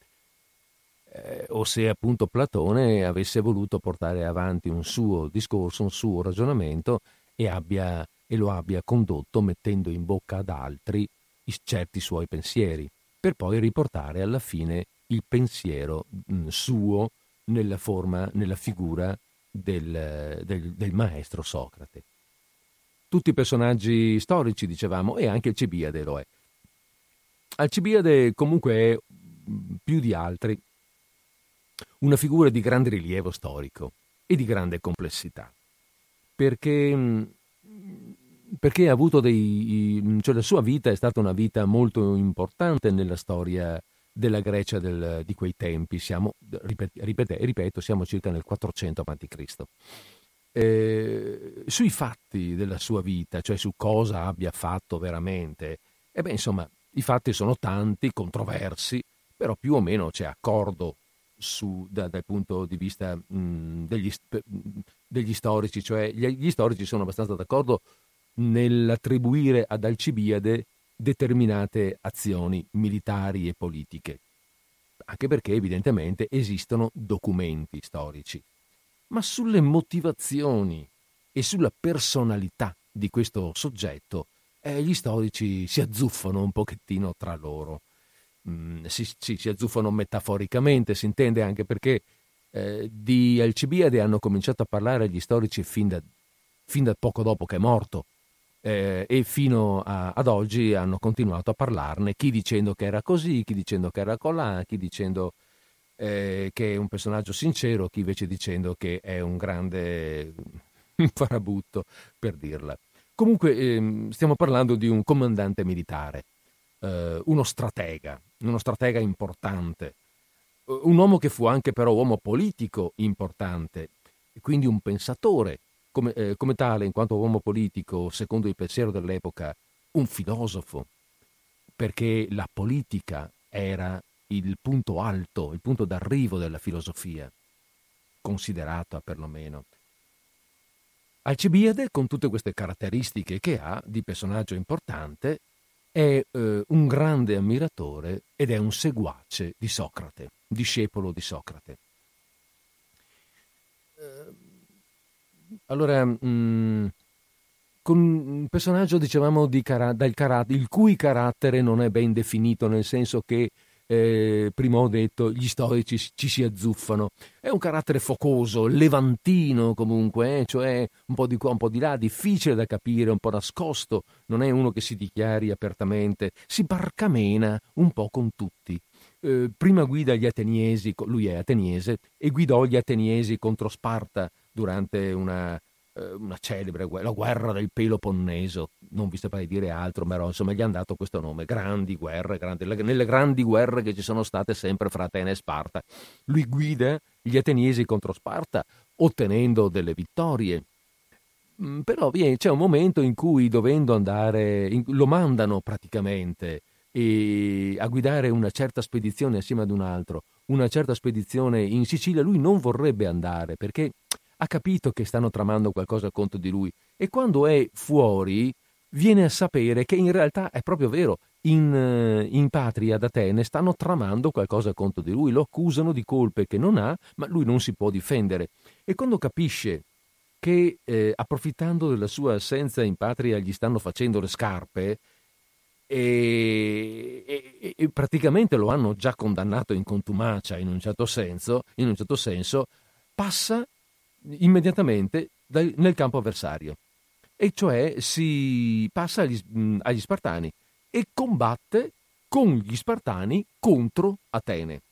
o se appunto Platone avesse voluto portare avanti un suo discorso, un suo ragionamento e lo abbia condotto mettendo in bocca ad altri certi suoi pensieri, per poi riportare alla fine il pensiero suo nella figura del maestro Socrate. Tutti personaggi storici, dicevamo, e anche Alcibiade lo è. Alcibiade comunque è, più di altri, una figura di grande rilievo storico e di grande complessità, perché ha avuto cioè la sua vita è stata una vita molto importante nella storia della Grecia di quei tempi. Siamo, ripeto, siamo circa nel 400 a.C. Sui fatti della sua vita, cioè su cosa abbia fatto veramente, insomma, i fatti sono tanti, controversi, però più o meno c'è accordo dal punto di vista degli storici, cioè gli storici sono abbastanza d'accordo nell'attribuire ad Alcibiade determinate azioni militari e politiche, anche perché evidentemente esistono documenti storici. Ma sulle motivazioni e sulla personalità di questo soggetto, gli storici si azzuffano un pochettino tra loro. Si azzuffano metaforicamente, si intende, anche perché di Alcibiade hanno cominciato a parlare gli storici fin da poco dopo che è morto, e fino ad oggi hanno continuato a parlarne, chi dicendo che era così, chi dicendo che era colà, chi dicendo che è un personaggio sincero, chi invece dicendo che è un grande farabutto, per dirla. Comunque stiamo parlando di un comandante militare, uno stratega importante, un uomo che fu anche però uomo politico importante, e quindi un pensatore, come tale, in quanto uomo politico, secondo il pensiero dell'epoca, un filosofo, perché la politica era il punto alto, il punto d'arrivo della filosofia, considerata perlomeno. Alcibiade, con tutte queste caratteristiche che ha di personaggio importante, è un grande ammiratore ed è un seguace di Socrate, discepolo di Socrate. Allora, con un personaggio, dicevamo, il cui carattere non è ben definito, nel senso che prima ho detto gli storici ci si azzuffano. È un carattere focoso, levantino comunque, cioè un po' di qua, un po' di là, difficile da capire, un po' nascosto, non è uno che si dichiari apertamente, si barcamena un po' con tutti. Prima guida gli ateniesi, lui è ateniese, e guidò gli ateniesi contro Sparta durante una celebre la guerra del Peloponneso, non vi saprei dire altro, però insomma gli hanno dato questo nome, grandi guerre, nelle grandi guerre che ci sono state sempre fra Atene e Sparta. Lui guida gli ateniesi contro Sparta, ottenendo delle vittorie. Però c'è un momento in cui, dovendo andare, lo mandano praticamente a guidare una certa spedizione assieme ad un altro, una certa spedizione in Sicilia. Lui non vorrebbe andare perché ha capito che stanno tramando qualcosa contro di lui, e quando è fuori viene a sapere che in realtà è proprio vero, in patria ad Atene stanno tramando qualcosa contro di lui, lo accusano di colpe che non ha, ma lui non si può difendere. E quando capisce che approfittando della sua assenza in patria gli stanno facendo le scarpe, e praticamente lo hanno già condannato in contumacia in un certo senso, passa immediatamente nel campo avversario, e cioè si passa agli Spartani e combatte con gli Spartani contro Atene.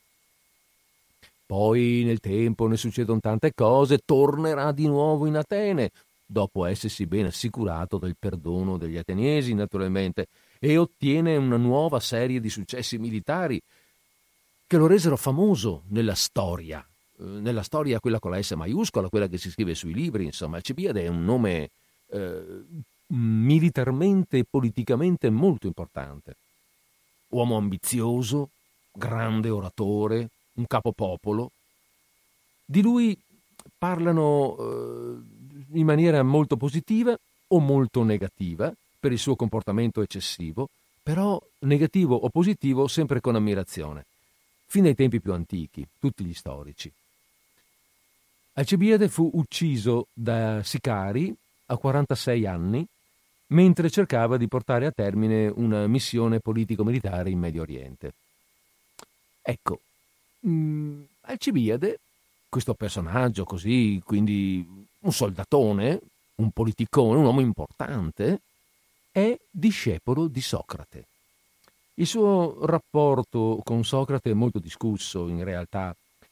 Poi nel tempo ne succedono tante cose, tornerà di nuovo in Atene, dopo essersi ben assicurato del perdono degli ateniesi naturalmente, e ottiene una nuova serie di successi militari che lo resero famoso nella storia quella con la S maiuscola, quella che si scrive sui libri. Insomma, Alcibiade è un nome militarmente e politicamente molto importante. Uomo ambizioso, grande oratore, un capopopolo. Di lui parlano in maniera molto positiva o molto negativa per il suo comportamento eccessivo, però negativo o positivo sempre con ammirazione, fin dai tempi più antichi, tutti gli storici. Alcibiade fu ucciso da sicari a 46 anni mentre cercava di portare a termine una missione politico-militare in Medio Oriente. Ecco, Alcibiade, questo personaggio così, quindi un soldatone, un politicone, un uomo importante, è discepolo di Socrate. Il suo rapporto con Socrate è molto discusso in realtà,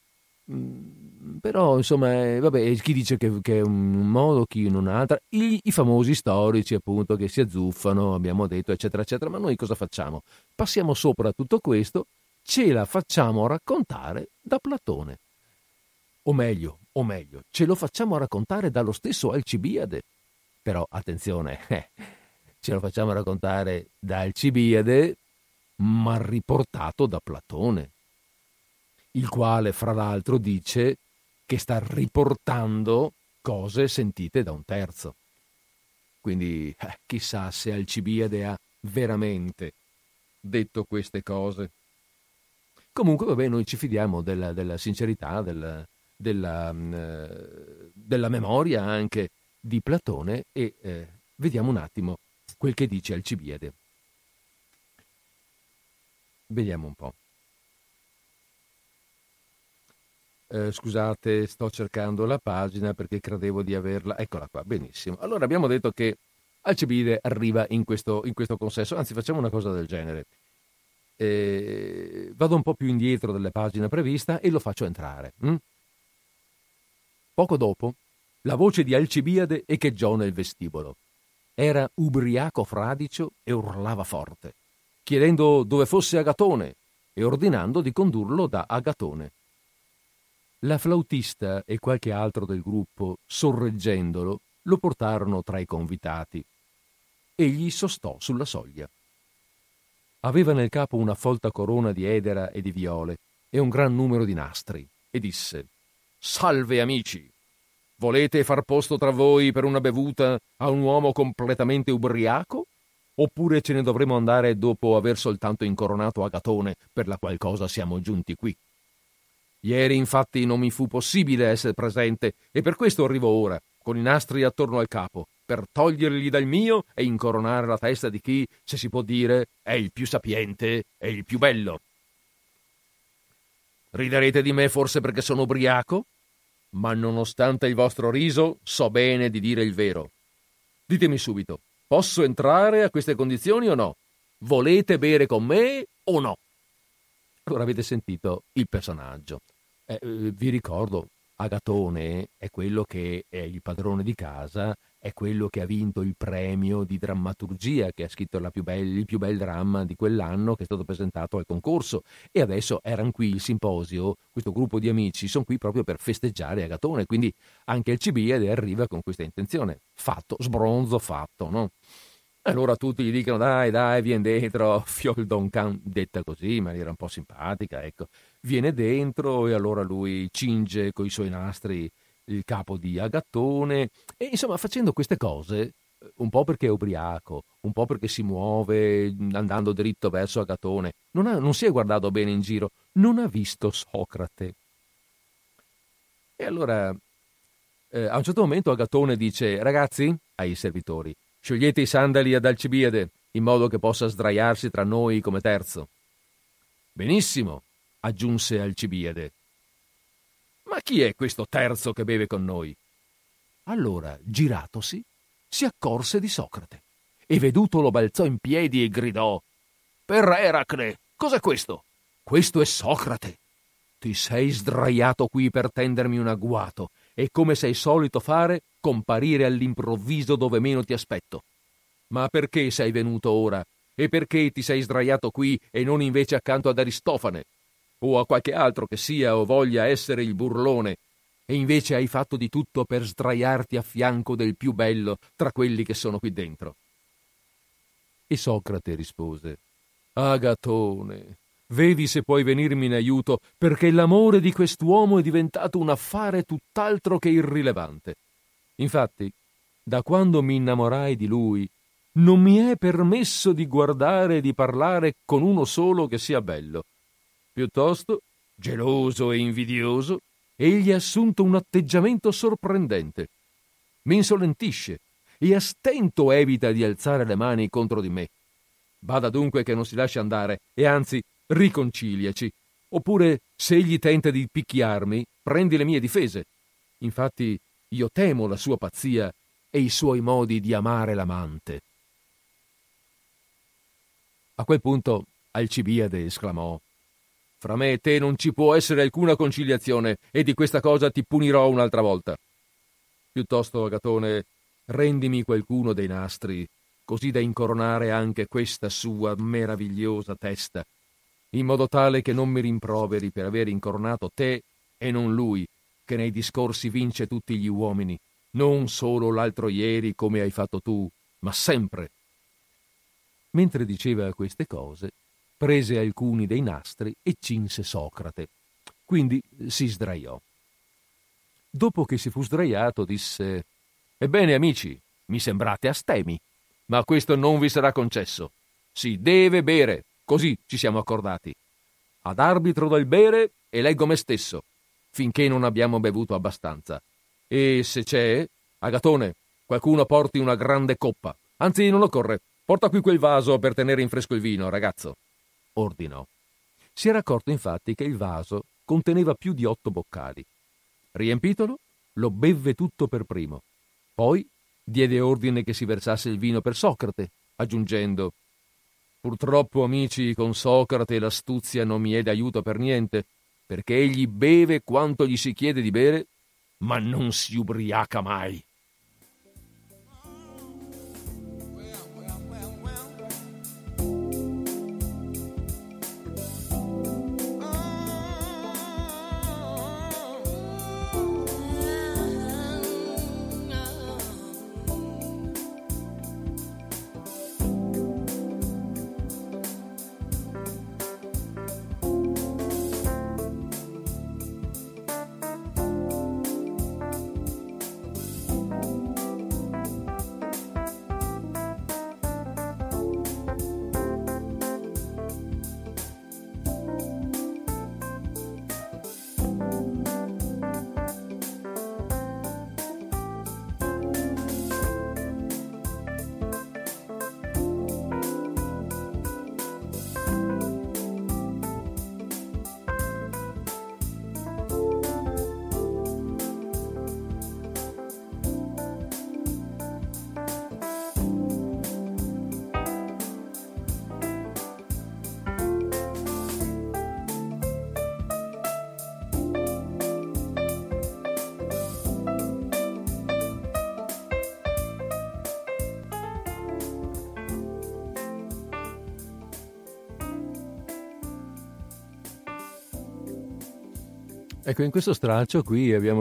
però insomma, vabbè, chi dice che è un modo, chi in un altro, i famosi storici appunto che si azzuffano, abbiamo detto, eccetera eccetera. Ma noi cosa facciamo? Passiamo sopra tutto questo, ce la facciamo raccontare da Platone, o meglio, ce lo facciamo raccontare dallo stesso Alcibiade. Però attenzione, ce lo facciamo raccontare da Alcibiade, ma riportato da Platone, il quale fra l'altro dice che sta riportando cose sentite da un terzo. Quindi chissà se Alcibiade ha veramente detto queste cose. Comunque vabbè, noi ci fidiamo della sincerità, della memoria anche di Platone e vediamo un attimo quel che dice Alcibiade. Vediamo un po'. Scusate, sto cercando la pagina perché credevo di averla. Eccola qua, benissimo. Allora abbiamo detto che Alcibiade arriva in questo consesso, anzi facciamo una cosa del genere. Vado un po' più indietro della pagina prevista e lo faccio entrare. Poco dopo, la voce di Alcibiade echeggiò nel vestibolo. Era ubriaco fradicio e urlava forte, chiedendo dove fosse Agatone e ordinando di condurlo da Agatone. La flautista e qualche altro del gruppo, sorreggendolo, lo portarono tra i convitati. Egli sostò sulla soglia. Aveva nel capo una folta corona di edera e di viole e un gran numero di nastri, e disse: «Salve, amici! Volete far posto tra voi per una bevuta a un uomo completamente ubriaco? Oppure ce ne dovremo andare dopo aver soltanto incoronato Agatone, per la qual cosa siamo giunti qui? Ieri, infatti, non mi fu possibile essere presente e per questo arrivo ora, con i nastri attorno al capo, per toglierli dal mio e incoronare la testa di chi, se si può dire, è il più sapiente e il più bello. Riderete di me forse perché sono ubriaco? Ma nonostante il vostro riso, so bene di dire il vero. Ditemi subito, posso entrare a queste condizioni o no? Volete bere con me o no?» Allora avete sentito il personaggio. Vi ricordo, Agatone è quello che è il padrone di casa, è quello che ha vinto il premio di drammaturgia, che ha scritto il più bel dramma di quell'anno che è stato presentato al concorso. E adesso erano qui il simposio, questo gruppo di amici, sono qui proprio per festeggiare Agatone, quindi anche Alcibiade arriva con questa intenzione. Fatto, sbronzo fatto, no? Allora tutti gli dicono: dai, vieni dentro, fiol don can, detta così in maniera un po' simpatica, ecco. Viene dentro e allora lui cinge coi suoi nastri il capo di Agatone e insomma facendo queste cose, un po' perché è ubriaco, un po' perché si muove andando dritto verso Agatone, non si è guardato bene in giro, non ha visto Socrate. E allora a un certo momento Agatone dice: «Ragazzi», ai servitori, «sciogliete i sandali ad Alcibiade, in modo che possa sdraiarsi tra noi come terzo». «Benissimo», aggiunse Alcibiade. «Ma chi è questo terzo che beve con noi?» Allora, giratosi, si accorse di Socrate e vedutolo balzò in piedi e gridò: «Per Eracle, cos'è questo?» «Questo è Socrate. Ti sei sdraiato qui per tendermi un agguato e, come sei solito fare, comparire all'improvviso dove meno ti aspetto. Ma perché sei venuto ora? E perché ti sei sdraiato qui e non invece accanto ad Aristofane? O a qualche altro che sia o voglia essere il burlone, e invece hai fatto di tutto per sdraiarti a fianco del più bello tra quelli che sono qui dentro?» E Socrate rispose: «Agatone, vedi se puoi venirmi in aiuto, perché l'amore di quest'uomo è diventato un affare tutt'altro che irrilevante. Infatti, da quando mi innamorai di lui, non mi è permesso di guardare e di parlare con uno solo che sia bello. Piuttosto, geloso e invidioso, egli ha assunto un atteggiamento sorprendente. Mi insolentisce e a stento evita di alzare le mani contro di me. Bada dunque che non si lasci andare e anzi riconciliaci, oppure se egli tenta di picchiarmi, prendi le mie difese. Infatti io temo la sua pazzia e i suoi modi di amare l'amante». A quel punto Alcibiade esclamò: «Fra me e te non ci può essere alcuna conciliazione e di questa cosa ti punirò un'altra volta. Piuttosto, Agatone, rendimi qualcuno dei nastri, così da incoronare anche questa sua meravigliosa testa, in modo tale che non mi rimproveri per aver incoronato te e non lui, che nei discorsi vince tutti gli uomini, non solo l'altro ieri come hai fatto tu, ma sempre». Mentre diceva queste cose, prese alcuni dei nastri e cinse Socrate. Quindi si sdraiò. Dopo che si fu sdraiato, disse: «Ebbene, amici, mi sembrate astemi, ma questo non vi sarà concesso. Si deve bere, così ci siamo accordati. Ad arbitro del bere eleggo me stesso, finché non abbiamo bevuto abbastanza. E se c'è, Agatone, Qualcuno porti una grande coppa. Anzi, non occorre. Porta qui quel vaso per tenere in fresco il vino, ragazzo, ordinò. Si era accorto infatti che il vaso conteneva più di 8 boccali. Riempitolo, lo bevve tutto per primo. Poi diede ordine che si versasse il vino per Socrate, aggiungendo: purtroppo, amici, con Socrate l'astuzia non mi è d'aiuto per niente, perché egli beve quanto gli si chiede di bere, ma non si ubriaca mai. Ecco, in questo stralcio qui abbiamo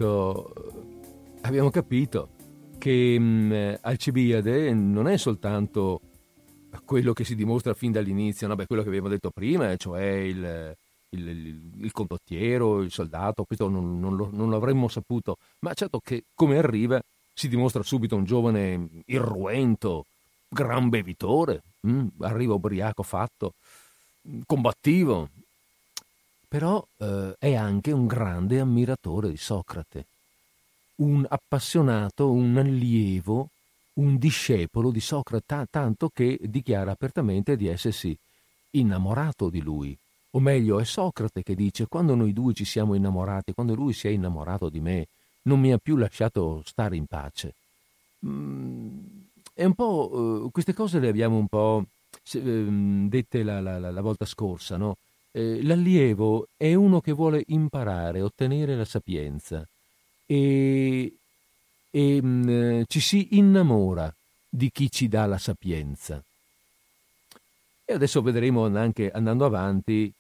capito che Alcibiade non è soltanto quello che si dimostra fin dall'inizio, no? Beh, quello che abbiamo detto prima, cioè il condottiero, il soldato, questo non l'avremmo saputo, ma certo che come arriva si dimostra subito un giovane irruento, gran bevitore, arriva ubriaco fatto, combattivo. Però è anche un grande ammiratore di Socrate, un appassionato, un allievo, un discepolo di Socrate, tanto che dichiara apertamente di essersi innamorato di lui. O meglio, è Socrate che dice: quando noi due ci siamo innamorati, quando lui si è innamorato di me, non mi ha più lasciato stare in pace. È un po', queste cose le abbiamo un po' dette la volta scorsa, no? L'allievo è uno che vuole imparare, ottenere la sapienza e ci si innamora di chi ci dà la sapienza. E adesso vedremo anche andando avanti,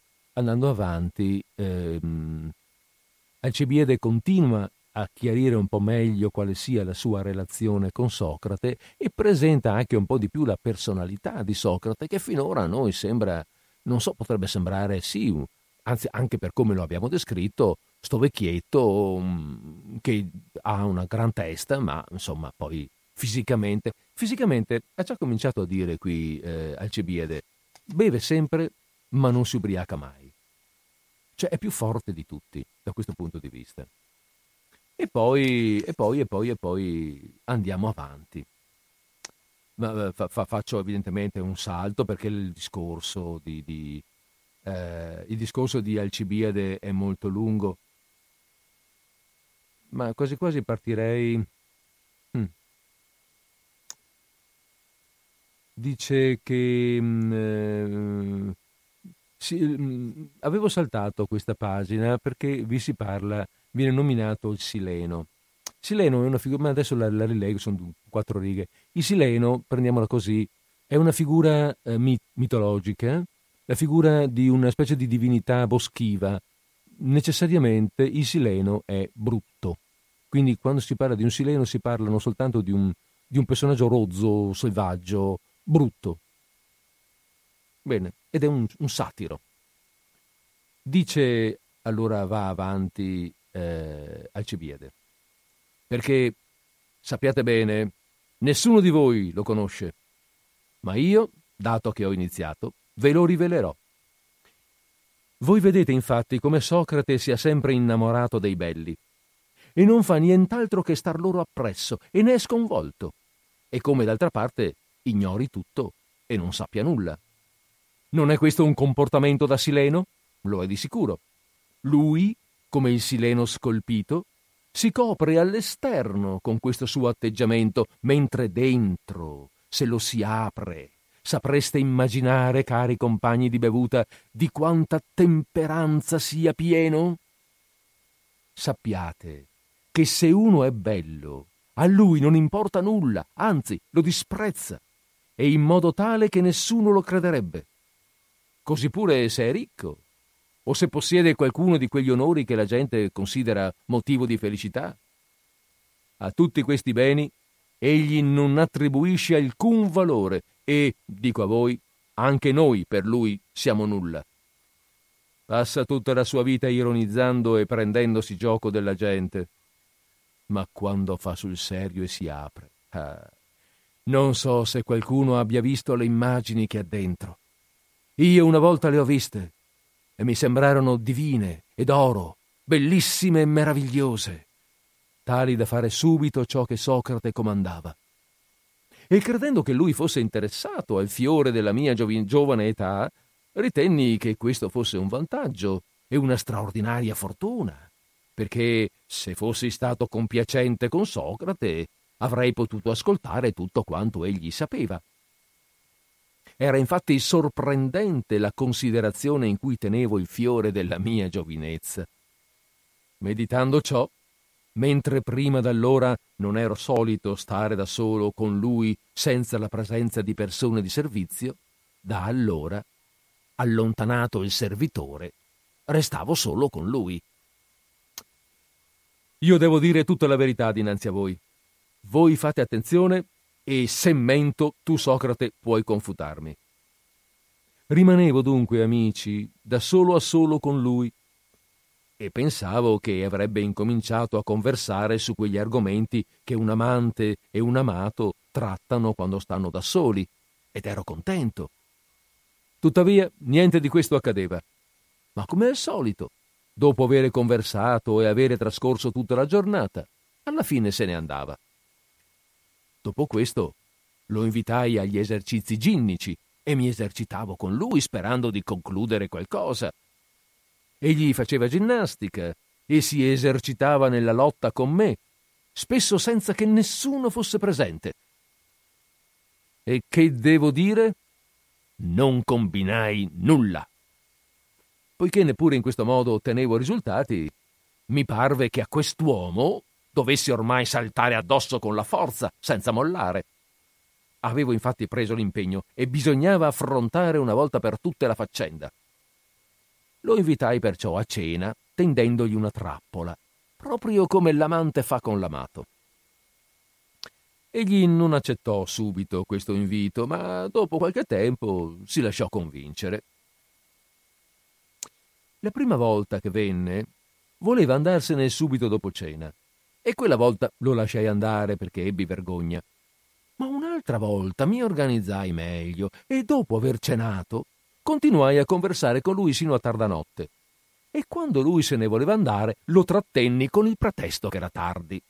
Alcibiade continua a chiarire un po' meglio quale sia la sua relazione con Socrate e presenta anche un po' di più la personalità di Socrate, che finora a noi sembra, non so, potrebbe sembrare sì, anzi anche per come lo abbiamo descritto, sto vecchietto che ha una gran testa, ma insomma poi fisicamente ha già cominciato a dire qui Alcibiade, beve sempre ma non si ubriaca mai, cioè è più forte di tutti da questo punto di vista. E poi andiamo avanti. Faccio evidentemente un salto perché il discorso di Alcibiade è molto lungo, ma quasi quasi partirei. Dice che avevo saltato questa pagina perché vi si parla, viene nominato il Sileno. Sileno è una figura, ma adesso la rileggo, sono 4 righe. Il Sileno, prendiamola così, è una figura mitologica, la figura di una specie di divinità boschiva. Necessariamente il Sileno è brutto. Quindi quando si parla di un Sileno si parla non soltanto di un personaggio rozzo, selvaggio, brutto. Bene, ed è un satiro. Dice, allora va avanti Alcibiade, perché sappiate bene, nessuno di voi lo conosce, ma io, dato che ho iniziato, ve lo rivelerò. Voi vedete infatti come Socrate sia sempre innamorato dei belli. e non fa nient'altro che star loro appresso e ne è sconvolto, e come d'altra parte ignori tutto e non sappia nulla. Non è questo un comportamento da sileno? Lo è di sicuro. Lui, come il sileno scolpito, si copre all'esterno con questo suo atteggiamento, mentre dentro, se lo si apre, sapreste immaginare, cari compagni di bevuta, di quanta temperanza sia pieno? Sappiate che se uno è bello, a lui non importa nulla, anzi lo disprezza, e in modo tale che nessuno lo crederebbe. Così pure se è ricco, o se possiede qualcuno di quegli onori che la gente considera motivo di felicità. A tutti questi beni egli non attribuisce alcun valore e, dico a voi, anche noi per lui siamo nulla. Passa tutta la sua vita ironizzando e prendendosi gioco della gente, ma quando fa sul serio e si apre, non so se qualcuno abbia visto le immagini che ha dentro. Io una volta le ho viste e mi sembrarono divine ed oro, bellissime e meravigliose, tali da fare subito ciò che Socrate comandava. E credendo che lui fosse interessato al fiore della mia giovane età, ritenni che questo fosse un vantaggio e una straordinaria fortuna, perché se fossi stato compiacente con Socrate avrei potuto ascoltare tutto quanto egli sapeva. Era infatti sorprendente la considerazione in cui tenevo il fiore della mia giovinezza. Meditando ciò, mentre prima d'allora non ero solito stare da solo con lui senza la presenza di persone di servizio, da allora, allontanato il servitore, restavo solo con lui. Io devo dire tutta la verità dinanzi a voi. Voi fate attenzione e se mento tu, Socrate, puoi confutarmi. Rimanevo dunque, amici, da solo a solo con lui e pensavo che avrebbe incominciato a conversare su quegli argomenti che un amante e un amato trattano quando stanno da soli, ed ero contento. Tuttavia, niente di questo accadeva. Ma come al solito, dopo avere conversato e avere trascorso tutta la giornata, alla fine se ne andava. Dopo questo lo invitai agli esercizi ginnici e mi esercitavo con lui sperando di concludere qualcosa. Egli faceva ginnastica e si esercitava nella lotta con me, spesso senza che nessuno fosse presente. E che devo dire? Non combinai nulla. Poiché neppure in questo modo ottenevo risultati, mi parve che a quest'uomo dovessi ormai saltare addosso con la forza, senza mollare. Avevo infatti preso l'impegno e bisognava affrontare una volta per tutte la faccenda. Lo invitai perciò a cena, tendendogli una trappola, proprio come l'amante fa con l'amato. Egli non accettò subito questo invito, ma dopo qualche tempo si lasciò convincere. La prima volta che venne, voleva andarsene subito dopo cena, e quella volta lo lasciai andare perché ebbi vergogna. Ma un'altra volta mi organizzai meglio e dopo aver cenato continuai a conversare con lui sino a tarda notte. E quando lui se ne voleva andare, lo trattenni con il pretesto che era tardi.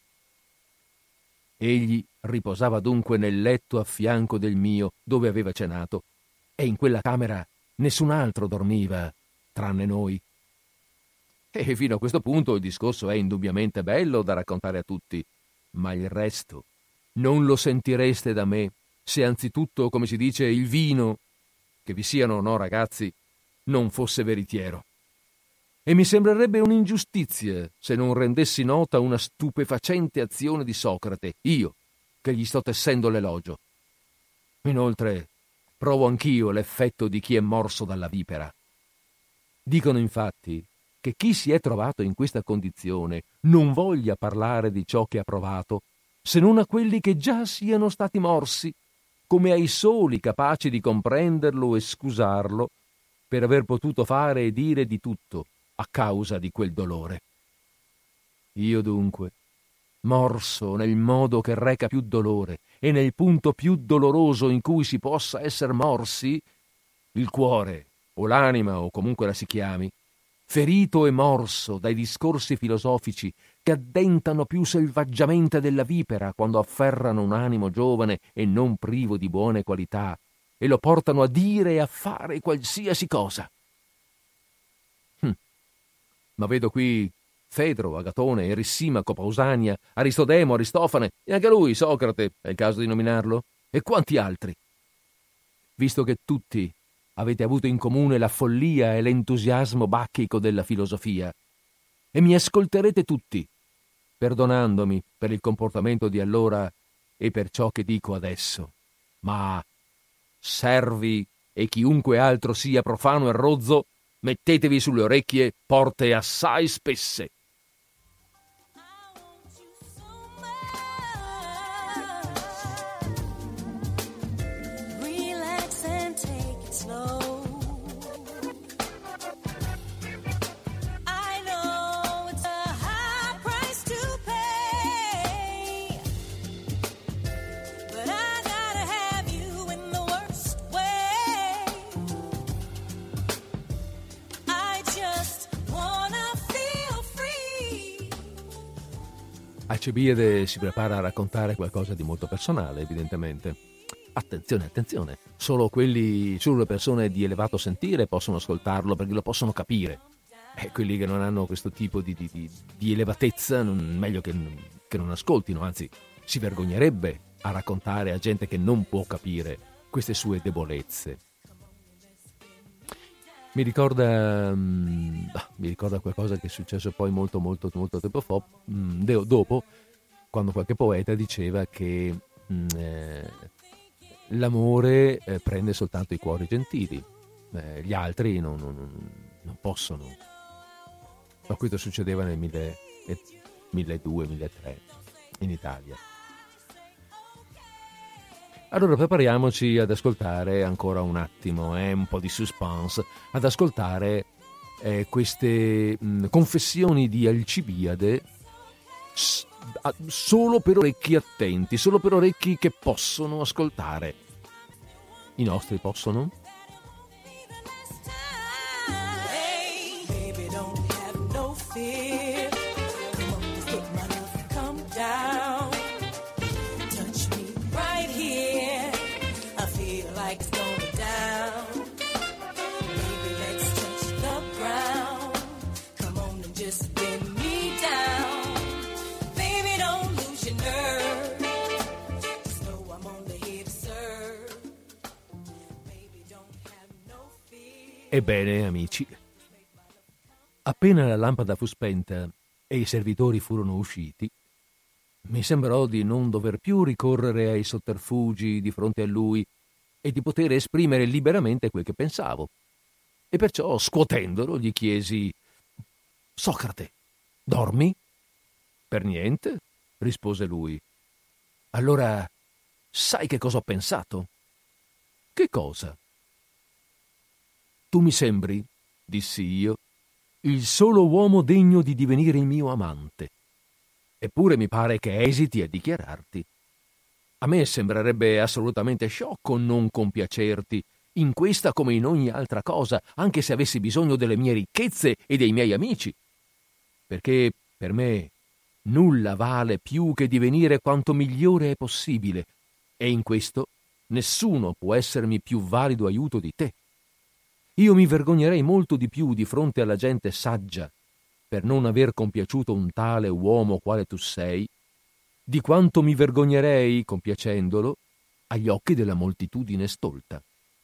Egli riposava dunque nel letto a fianco del mio, dove aveva cenato, e in quella camera nessun altro dormiva, tranne noi. E fino a questo punto il discorso è indubbiamente bello da raccontare a tutti, ma il resto non lo sentireste da me se anzitutto, come si dice, il vino, che vi siano o no ragazzi, non fosse veritiero. E mi sembrerebbe un'ingiustizia se non rendessi nota una stupefacente azione di Socrate, io, che gli sto tessendo l'elogio. Inoltre, provo anch'io l'effetto di chi è morso dalla vipera. Dicono infatti che chi si è trovato in questa condizione non voglia parlare di ciò che ha provato, se non a quelli che già siano stati morsi, come ai soli capaci di comprenderlo e scusarlo per aver potuto fare e dire di tutto a causa di quel dolore. Io dunque, morso nel modo che reca più dolore e nel punto più doloroso in cui si possa esser morsi, il cuore o l'anima o comunque la si chiami, ferito e morso dai discorsi filosofici che addentano più selvaggiamente della vipera quando afferrano un animo giovane e non privo di buone qualità e lo portano a dire e a fare qualsiasi cosa. Ma vedo qui Fedro, Agatone, Erissimaco, Pausania, Aristodemo, Aristofane e anche lui, Socrate, è il caso di nominarlo, e quanti altri. Visto che tutti avete avuto in comune la follia e l'entusiasmo bacchico della filosofia, e mi ascolterete tutti, perdonandomi per il comportamento di allora e per ciò che dico adesso, ma servi e chiunque altro sia profano e rozzo, mettetevi sulle orecchie porte assai spesse. Alcibiade si prepara a raccontare qualcosa di molto personale, evidentemente. Attenzione, attenzione, solo le persone di elevato sentire possono ascoltarlo perché lo possono capire. E quelli che non hanno questo tipo di elevatezza, meglio che non ascoltino, anzi, si vergognerebbe a raccontare a gente che non può capire queste sue debolezze. Mi ricorda qualcosa che è successo poi molto tempo fa, dopo, quando qualche poeta diceva che l'amore prende soltanto i cuori gentili, gli altri non possono. Ma questo succedeva nel 1200-1300 in Italia. Allora prepariamoci ad ascoltare ancora un attimo, un po' di suspense, ad ascoltare queste confessioni di Alcibiade solo per orecchi attenti, solo per orecchi che possono ascoltare. I nostri possono? Ebbene, amici, appena la lampada fu spenta e i servitori furono usciti, mi sembrò di non dover più ricorrere ai sotterfugi di fronte a lui e di poter esprimere liberamente quel che pensavo. E perciò, scuotendolo, gli chiesi: «Socrate, dormi?» «Per niente», rispose lui. «Allora, sai che cosa ho pensato?» «Che cosa?» «Tu mi sembri», dissi io, «il solo uomo degno di divenire il mio amante. Eppure mi pare che esiti a dichiararti. A me sembrerebbe assolutamente sciocco non compiacerti, in questa come in ogni altra cosa, anche se avessi bisogno delle mie ricchezze e dei miei amici. Perché per me nulla vale più che divenire quanto migliore è possibile, e in questo nessuno può essermi più valido aiuto di te. Io mi vergognerei molto di più di fronte alla gente saggia per non aver compiaciuto un tale uomo quale tu sei, di quanto mi vergognerei, compiacendolo, agli occhi della moltitudine stolta.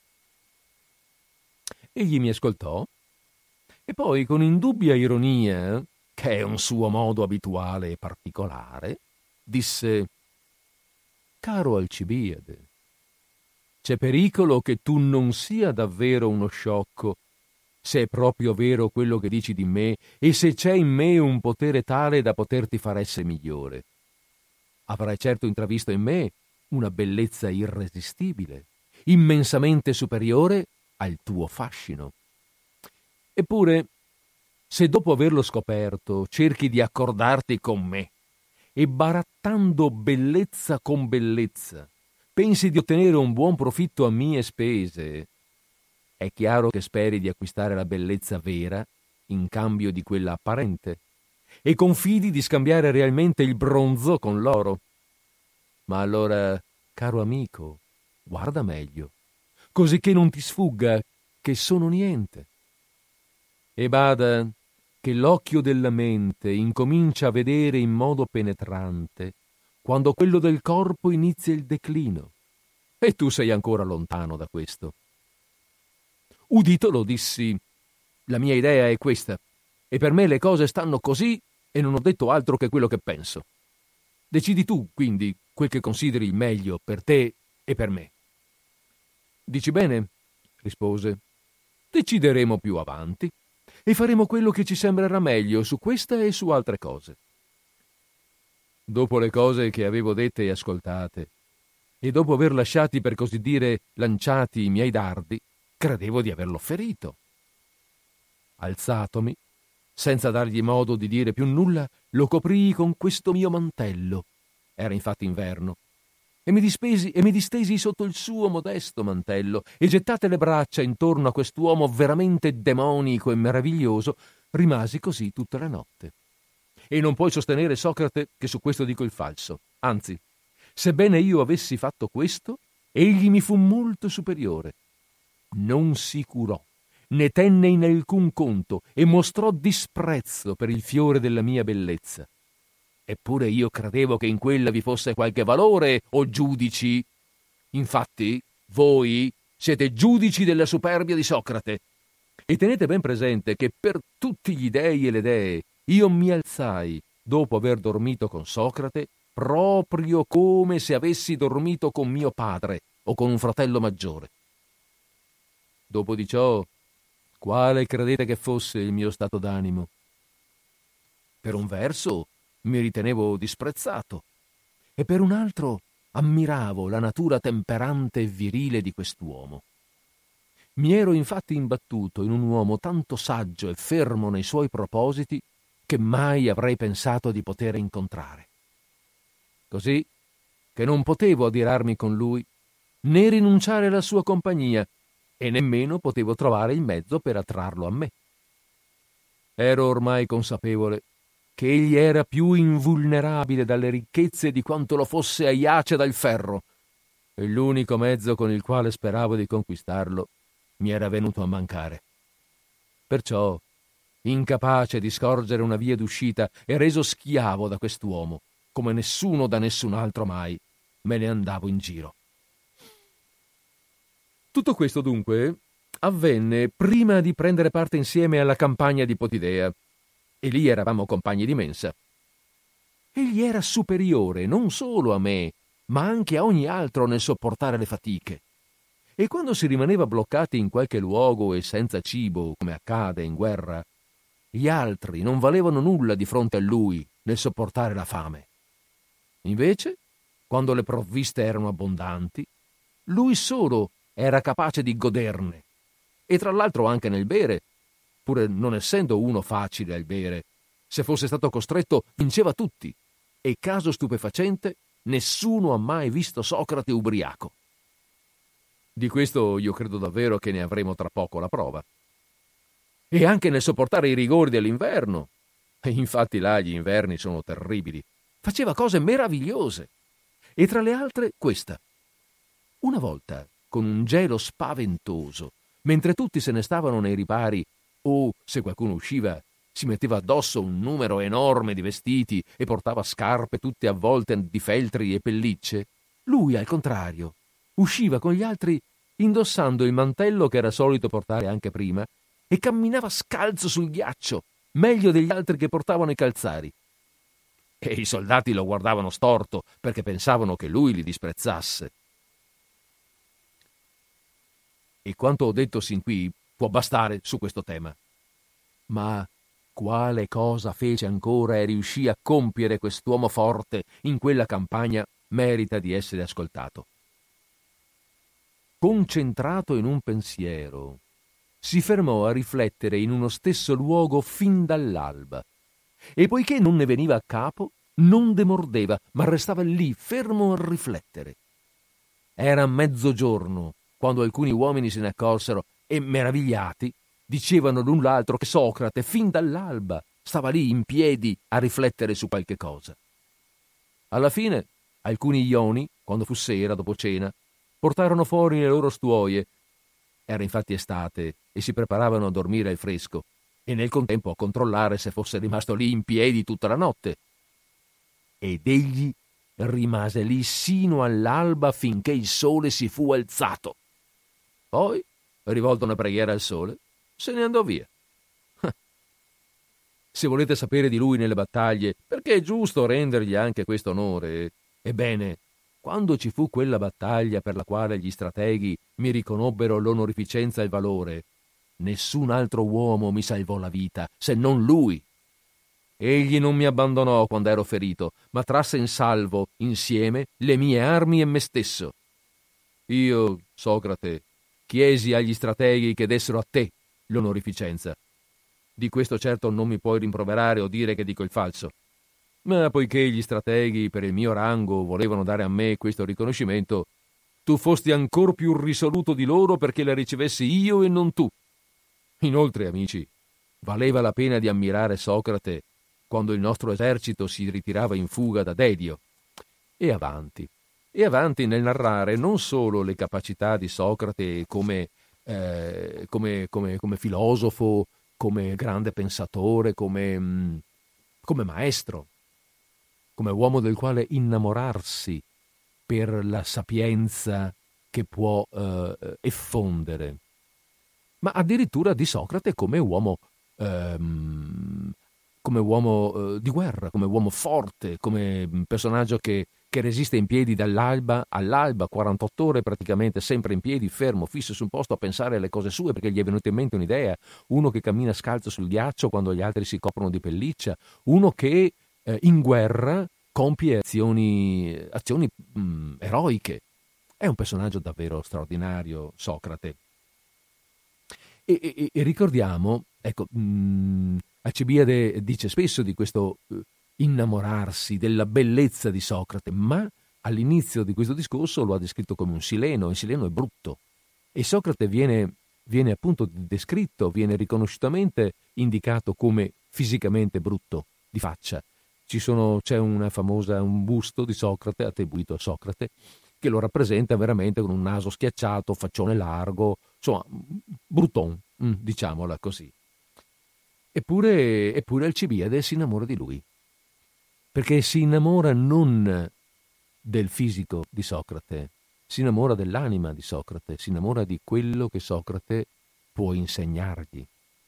Egli mi ascoltò e poi, con indubbia ironia, che è un suo modo abituale e particolare, disse: «Caro Alcibiade, c'è pericolo che tu non sia davvero uno sciocco, se è proprio vero quello che dici di me e se c'è in me un potere tale da poterti far essere migliore. Avrai certo intravisto in me una bellezza irresistibile, immensamente superiore al tuo fascino. Eppure, se dopo averlo scoperto cerchi di accordarti con me e barattando bellezza con bellezza pensi di ottenere un buon profitto a mie spese, è chiaro che speri di acquistare la bellezza vera in cambio di quella apparente e confidi di scambiare realmente il bronzo con l'oro. Ma allora, caro amico, guarda meglio, così che non ti sfugga che sono niente. E bada che l'occhio della mente incomincia a vedere in modo penetrante quando quello del corpo inizia il declino, e tu sei ancora lontano da questo. Uditolo dissi: la mia idea è questa, e per me le cose stanno così e non ho detto altro che quello che penso. Decidi tu, quindi, quel che consideri il meglio per te e per me. Dici bene, rispose. Decideremo più avanti e faremo quello che ci sembrerà meglio su questa e su altre cose. Dopo le cose che avevo dette e ascoltate, e dopo aver lasciati, per così dire, lanciati i miei dardi, credevo di averlo ferito. Alzatomi, senza dargli modo di dire più nulla, lo coprii con questo mio mantello. Era infatti inverno. E mi distesi sotto il suo modesto mantello, e gettate le braccia intorno a quest'uomo veramente demonico e meraviglioso, rimasi così tutta la notte. E non puoi sostenere, Socrate, che su questo dico il falso. Anzi, sebbene io avessi fatto questo, egli mi fu molto superiore. Non si curò, né tenne in alcun conto, e mostrò disprezzo per il fiore della mia bellezza. Eppure io credevo che in quella vi fosse qualche valore, o giudici. Infatti, voi siete giudici della superbia di Socrate. E tenete ben presente che per tutti gli dei e le dee io mi alzai, dopo aver dormito con Socrate, proprio come se avessi dormito con mio padre o con un fratello maggiore. Dopo di ciò, quale credete che fosse il mio stato d'animo? Per un verso mi ritenevo disprezzato, e per un altro ammiravo la natura temperante e virile di quest'uomo. Mi ero infatti imbattuto in un uomo tanto saggio e fermo nei suoi propositi che mai avrei pensato di poter incontrare. Così che non potevo adirarmi con lui, né rinunciare alla sua compagnia, e nemmeno potevo trovare il mezzo per attrarlo a me. Ero ormai consapevole che egli era più invulnerabile dalle ricchezze di quanto lo fosse Aiace dal ferro, e l'unico mezzo con il quale speravo di conquistarlo mi era venuto a mancare. Perciò, incapace di scorgere una via d'uscita e reso schiavo da quest'uomo, come nessuno da nessun altro mai, me ne andavo in giro. Tutto questo, dunque, avvenne prima di prendere parte insieme alla campagna di Potidea, e lì eravamo compagni di mensa. Egli era superiore non solo a me, ma anche a ogni altro nel sopportare le fatiche. E quando si rimaneva bloccati in qualche luogo e senza cibo, come accade in guerra, gli altri non valevano nulla di fronte a lui nel sopportare la fame. Invece, quando le provviste erano abbondanti, lui solo era capace di goderne, e tra l'altro anche nel bere, pur non essendo uno facile al bere, se fosse stato costretto vinceva tutti, e caso stupefacente, nessuno ha mai visto Socrate ubriaco. Di questo io credo davvero che ne avremo tra poco la prova. E anche nel sopportare i rigori dell'inverno, e infatti là gli inverni sono terribili, faceva cose meravigliose, e tra le altre questa. Una volta, con un gelo spaventoso, mentre tutti se ne stavano nei ripari, o, se qualcuno usciva, si metteva addosso un numero enorme di vestiti e portava scarpe tutte avvolte di feltri e pellicce, lui, al contrario, usciva con gli altri indossando il mantello che era solito portare anche prima e camminava scalzo sul ghiaccio, meglio degli altri che portavano i calzari. E i soldati lo guardavano storto perché pensavano che lui li disprezzasse. E quanto ho detto sin qui può bastare su questo tema. Ma quale cosa fece ancora e riuscì a compiere quest'uomo forte in quella campagna merita di essere ascoltato. Concentrato in un pensiero, si fermò a riflettere in uno stesso luogo fin dall'alba, e poiché non ne veniva a capo, non demordeva, ma restava lì fermo a riflettere. Era mezzogiorno quando alcuni uomini se ne accorsero e, meravigliati, dicevano l'un l'altro che Socrate fin dall'alba stava lì in piedi a riflettere su qualche cosa. Alla fine alcuni ioni, quando fu sera dopo cena, portarono fuori le loro stuoie. Era infatti estate e si preparavano a dormire al fresco e nel contempo a controllare se fosse rimasto lì in piedi tutta la notte. Ed egli rimase lì sino all'alba finché il sole si fu alzato. Poi, rivolto una preghiera al sole, se ne andò via. Se volete sapere di lui nelle battaglie, perché è giusto rendergli anche questo onore, ebbene, quando ci fu quella battaglia per la quale gli strateghi mi riconobbero l'onorificenza e il valore, nessun altro uomo mi salvò la vita, se non lui. Egli non mi abbandonò quando ero ferito, ma trasse in salvo, insieme, le mie armi e me stesso. Io, Socrate, chiesi agli strateghi che dessero a te l'onorificenza. Di questo certo non mi puoi rimproverare o dire che dico il falso. Ma poiché gli strateghi per il mio rango volevano dare a me questo riconoscimento, tu fosti ancor più risoluto di loro perché la ricevessi io e non tu. Inoltre, amici, valeva la pena di ammirare Socrate quando il nostro esercito si ritirava in fuga da Dedio. E avanti nel narrare non solo le capacità di Socrate come filosofo, come grande pensatore, come maestro, come uomo del quale innamorarsi per la sapienza che può effondere, ma addirittura di Socrate come uomo di guerra, come uomo forte, come personaggio che resiste in piedi dall'alba all'alba, 48 ore praticamente sempre in piedi, fermo, fisso su un posto a pensare alle cose sue perché gli è venuta in mente un'idea, uno che cammina scalzo sul ghiaccio quando gli altri si coprono di pelliccia, uno che in guerra compie azioni eroiche. È un personaggio davvero straordinario, Socrate. E ricordiamo, ecco, Alcibiade dice spesso di questo innamorarsi della bellezza di Socrate, ma all'inizio di questo discorso lo ha descritto come un sileno, il sileno è brutto, e Socrate viene appunto descritto, viene riconosciutamente indicato come fisicamente brutto, di faccia. C'è un busto di Socrate attribuito a Socrate che lo rappresenta veramente con un naso schiacciato, faccione largo, insomma, brutton, diciamola così. Eppure Alcibiade si innamora di lui, perché si innamora non del fisico di Socrate, si innamora dell'anima di Socrate, si innamora di quello che Socrate può insegnargli.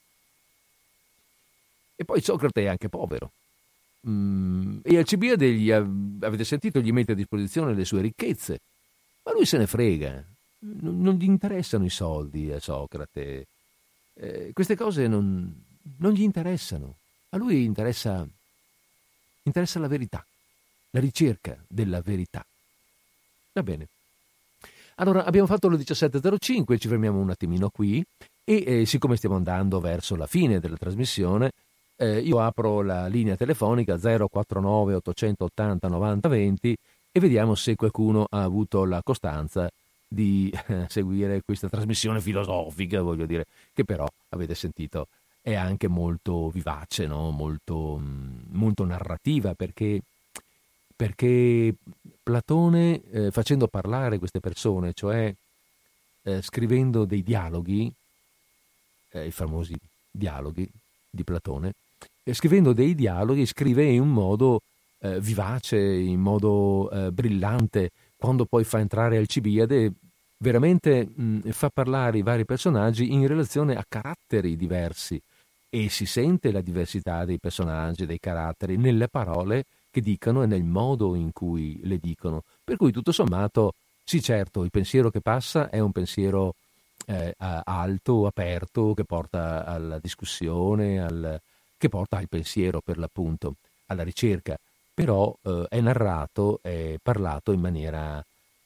E poi Socrate è anche povero. E Alcibiade avete sentito, gli mette a disposizione le sue ricchezze, ma lui se ne frega, non gli interessano i soldi a Socrate, queste cose non gli interessano, a lui interessa la verità, la ricerca della verità. Va bene, allora abbiamo fatto le 17.05, ci fermiamo un attimino qui e siccome stiamo andando verso la fine della trasmissione, io apro la linea telefonica 049 880 90 20 e vediamo se qualcuno ha avuto la costanza di seguire questa trasmissione filosofica, voglio dire, che però avete sentito è anche molto vivace, no? molto narrativa, perché Platone, facendo parlare queste persone, cioè scrivendo dei dialoghi, i famosi dialoghi di Platone, scrivendo dei dialoghi, scrive in un modo vivace, in modo brillante. Quando poi fa entrare Alcibiade, veramente fa parlare i vari personaggi in relazione a caratteri diversi e si sente la diversità dei personaggi, dei caratteri, nelle parole che dicono e nel modo in cui le dicono. Per cui tutto sommato, sì certo, il pensiero che passa è un pensiero alto, aperto, che porta alla discussione, che porta al pensiero per l'appunto, alla ricerca, però è narrato, è parlato in maniera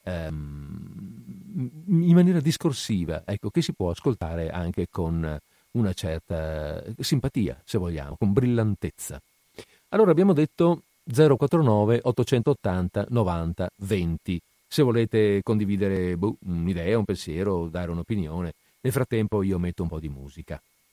discorsiva, ecco, che si può ascoltare anche con una certa simpatia, se vogliamo, con brillantezza. Allora abbiamo detto 049 880 90 20. Se volete condividere un'idea, un pensiero, dare un'opinione. Nel frattempo io metto un po' di musica.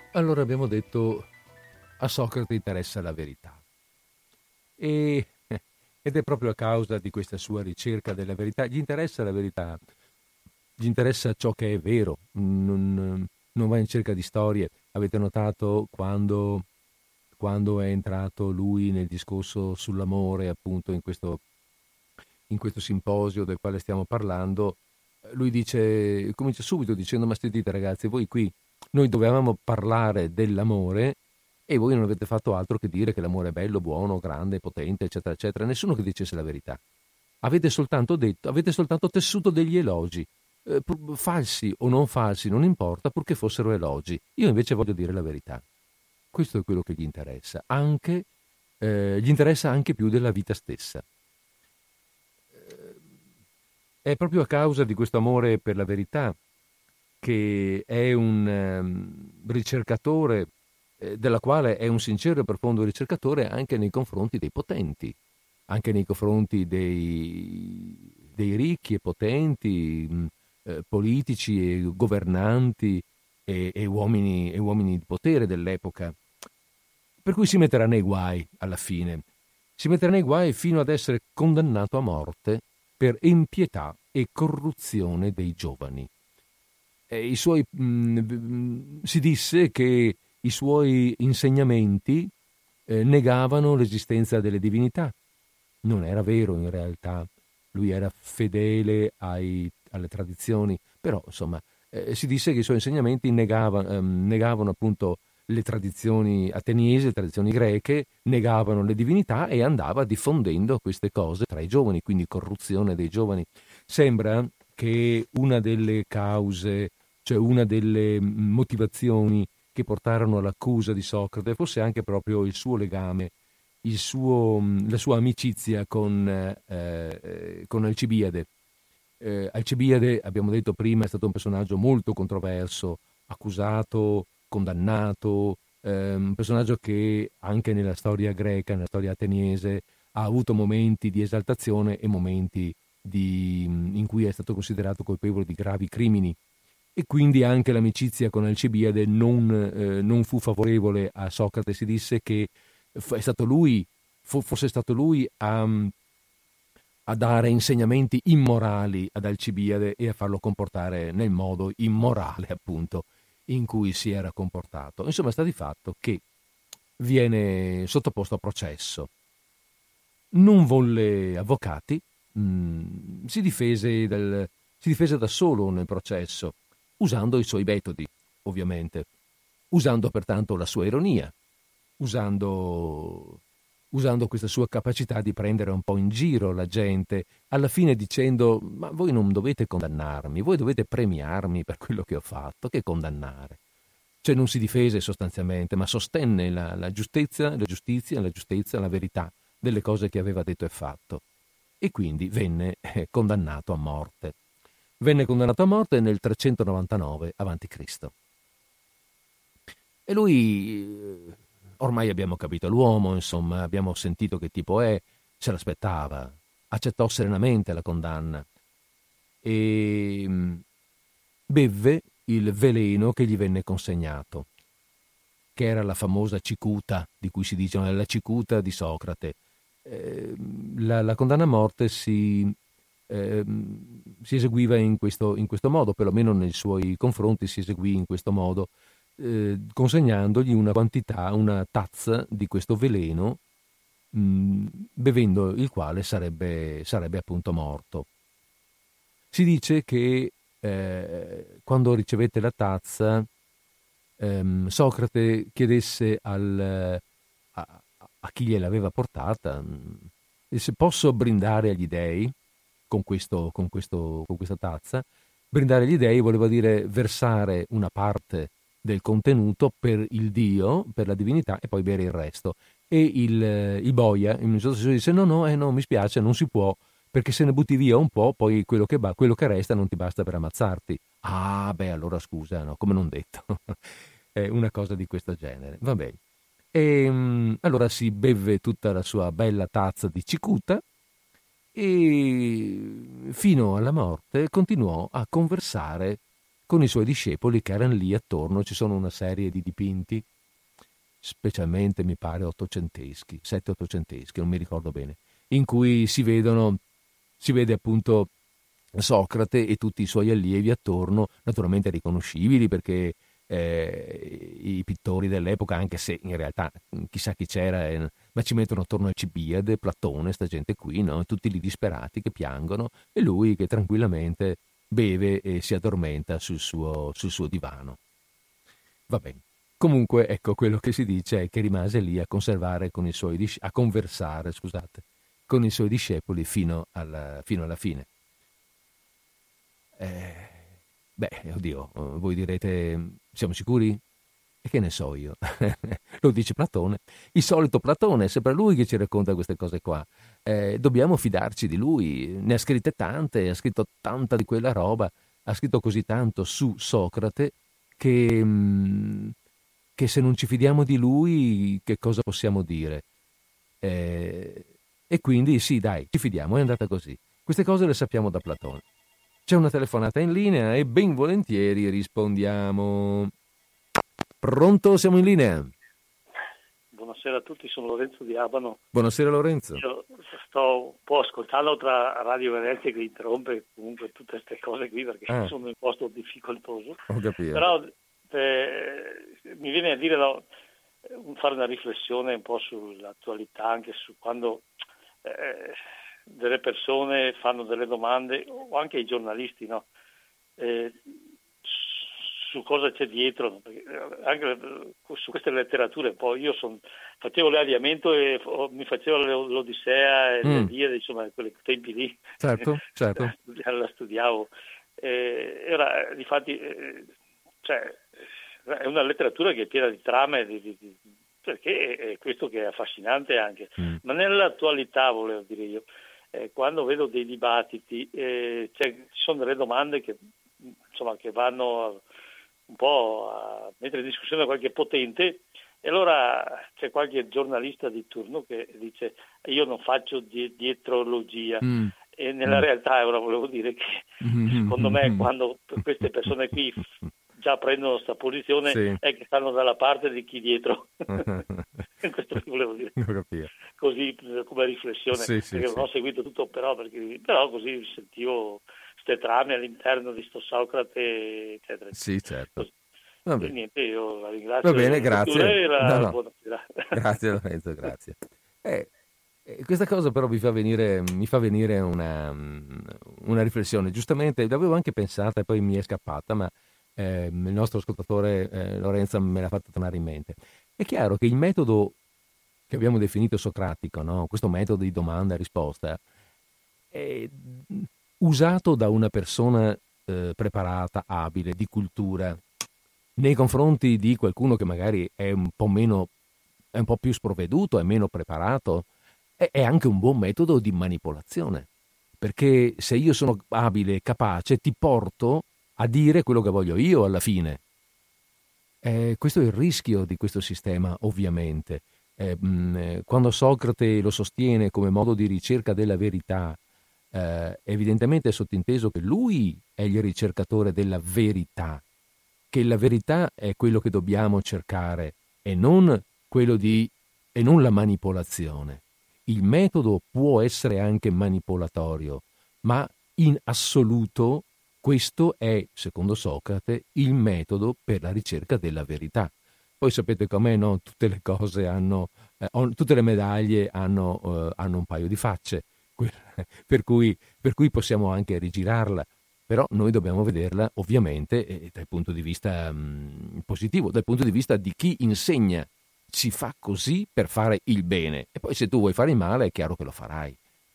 Allora abbiamo detto, a Socrate interessa la verità. E, ed è proprio a causa di questa sua ricerca della verità, gli interessa la verità, gli interessa ciò che è vero, non va in cerca di storie. Avete notato quando è entrato lui nel discorso sull'amore, appunto in questo simposio del quale stiamo parlando, lui comincia subito dicendo: ma sentite ragazzi, voi qui, noi dovevamo parlare dell'amore e voi non avete fatto altro che dire che l'amore è bello, buono, grande, potente, eccetera, eccetera. Nessuno che dicesse la verità. Avete soltanto tessuto degli elogi, falsi o non falsi, non importa, purché fossero elogi. Io invece voglio dire la verità. Questo è quello che gli interessa. Gli interessa anche più della vita stessa. È proprio a causa di questo amore per la verità che è un ricercatore, della quale è un sincero e profondo ricercatore anche nei confronti dei potenti, anche nei confronti dei ricchi e potenti, politici e governanti e uomini di potere dell'epoca. Per cui si metterà nei guai alla fine. Si metterà nei guai fino ad essere condannato a morte per impietà e corruzione dei giovani. Si disse che i suoi insegnamenti negavano l'esistenza delle divinità. Non era vero in realtà, lui era fedele alle tradizioni, però insomma si disse che i suoi insegnamenti negavano appunto le tradizioni ateniesi, le tradizioni greche, negavano le divinità e andava diffondendo queste cose tra i giovani, quindi corruzione dei giovani. Sembra che una delle cause, cioè una delle motivazioni che portarono all'accusa di Socrate fosse anche proprio il suo legame, la sua amicizia con Alcibiade. Alcibiade, abbiamo detto prima, è stato un personaggio molto controverso, accusato, condannato, un personaggio che anche nella storia greca, nella storia ateniese, ha avuto momenti di esaltazione e momenti in cui è stato considerato colpevole di gravi crimini. E quindi anche l'amicizia con Alcibiade non fu favorevole a Socrate. Si disse che fosse stato lui a dare insegnamenti immorali ad Alcibiade e a farlo comportare nel modo immorale, appunto, in cui si era comportato. Insomma, sta di fatto che viene sottoposto a processo. Non volle avvocati, si difese da solo nel processo, usando i suoi metodi, ovviamente, usando pertanto la sua ironia, usando questa sua capacità di prendere un po' in giro la gente, alla fine dicendo: ma voi non dovete condannarmi, voi dovete premiarmi per quello che ho fatto, che condannare. Cioè non si difese sostanzialmente, ma sostenne la giustizia, la verità delle cose che aveva detto e fatto. E quindi venne condannato a morte. Venne condannato a morte nel 399 a.C. E lui, ormai abbiamo capito l'uomo, insomma, abbiamo sentito che tipo è, se l'aspettava, accettò serenamente la condanna e bevve il veleno che gli venne consegnato, che era la famosa cicuta, di cui si dice la cicuta di Socrate. La condanna a morte si eseguiva in questo modo, perlomeno nei suoi confronti si eseguì in questo modo, consegnandogli una tazza di questo veleno, bevendo il quale sarebbe appunto morto. Si dice che quando ricevette la tazza, Socrate chiedesse a chi gliel'aveva portata, se posso brindare agli dei con questa tazza. Brindare agli dei voleva dire versare una parte del contenuto per il Dio, per la divinità, e poi bere il resto. E il boia in un certo senso disse: no, mi spiace, non si può, perché se ne butti via un po', poi quello che resta non ti basta per ammazzarti. Ah, beh, allora scusa, no, come non detto. È una cosa di questo genere. Va bene. E allora si beve tutta la sua bella tazza di cicuta e fino alla morte continuò a conversare con i suoi discepoli che erano lì attorno. Ci sono una serie di dipinti, specialmente mi pare ottocenteschi, 7-800eschi, non mi ricordo bene, in cui si vede appunto Socrate e tutti i suoi allievi attorno, naturalmente riconoscibili perché i pittori dell'epoca, anche se in realtà chissà chi c'era, ma ci mettono attorno Alcibiade, Platone, sta gente qui, no? Tutti lì disperati che piangono e lui che tranquillamente beve e si addormenta sul suo divano. Va bene. Comunque, ecco, quello che si dice è che rimase lì a conversare, scusate, con i suoi discepoli fino alla fine. Oddio, voi direte, siamo sicuri? E che ne so io? Lo dice Platone. Il solito Platone, è sempre lui che ci racconta queste cose qua. Dobbiamo fidarci di lui. Ne ha scritte tante, ha scritto tanta di quella roba, ha scritto così tanto su Socrate che se non ci fidiamo di lui, che cosa possiamo dire? E quindi sì, dai, ci fidiamo, è andata così. Queste cose le sappiamo da Platone. C'è una telefonata in linea e ben volentieri rispondiamo. Pronto? Siamo in linea. Buonasera a tutti, sono Lorenzo di Abano. Buonasera Lorenzo. Io sto un po' ascoltando tra Radio Venezia che interrompe comunque tutte queste cose qui perché sono in un posto difficoltoso. Ho capito. Però mi viene a dire fare una riflessione un po' sull'attualità, anche su quando delle persone fanno delle domande, o anche i giornalisti, no? Su cosa c'è dietro, perché anche su queste letterature. Poi io facevo l'avviamento e mi facevo l'Odissea e l'Iliade, insomma, quei tempi lì. Certo. La studiavo. Ora, difatti, è una letteratura che è piena di trame, perché è questo che è affascinante anche. Ma nell'attualità, volevo dire io, quando vedo dei dibattiti, ci sono delle domande che vanno un po' a mettere in discussione qualche potente, e allora c'è qualche giornalista di turno che dice io non faccio dietrologia, e nella realtà ora volevo dire che secondo me quando queste persone qui già prendono questa posizione è che stanno dalla parte di chi dietro. Questo che volevo dire così come riflessione, perché non ho seguito tutto, però così sentivo queste trame all'interno di sto Socrate, eccetera. Sì, certo. Niente, io la ringrazio. Va bene, grazie. Buonasera. Grazie Lorenzo, grazie. Questa cosa però mi fa venire una riflessione. Giustamente l'avevo anche pensata e poi mi è scappata, ma il nostro ascoltatore Lorenzo me l'ha fatta tornare in mente. È chiaro che il metodo che abbiamo definito socratico, no? Questo metodo di domanda e risposta, è usato da una persona preparata, abile, di cultura, nei confronti di qualcuno che magari è un po' più sprovveduto, è meno preparato, è anche un buon metodo di manipolazione, perché se io sono abile e capace ti porto a dire quello che voglio io alla fine. Questo è il rischio di questo sistema, ovviamente. Quando Socrate lo sostiene come modo di ricerca della verità, evidentemente è sottinteso che lui è il ricercatore della verità, che la verità è quello che dobbiamo cercare e non la manipolazione. Il metodo può essere anche manipolatorio, ma in assoluto questo è, secondo Socrate, il metodo per la ricerca della verità. Poi sapete com'è, no? Tutte le cose tutte le medaglie hanno un paio di facce, per cui possiamo anche rigirarla, però noi dobbiamo vederla ovviamente dal punto di vista positivo, dal punto di vista di chi insegna. Si fa così per fare il bene, e poi se tu vuoi fare il male è chiaro che lo farai,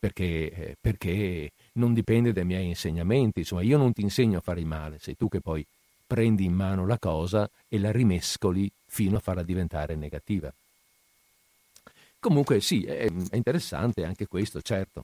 perché non dipende dai miei insegnamenti. Insomma, io non ti insegno a fare il male, sei tu che poi prendi in mano la cosa e la rimescoli fino a farla diventare negativa. Comunque sì, è interessante anche questo, certo.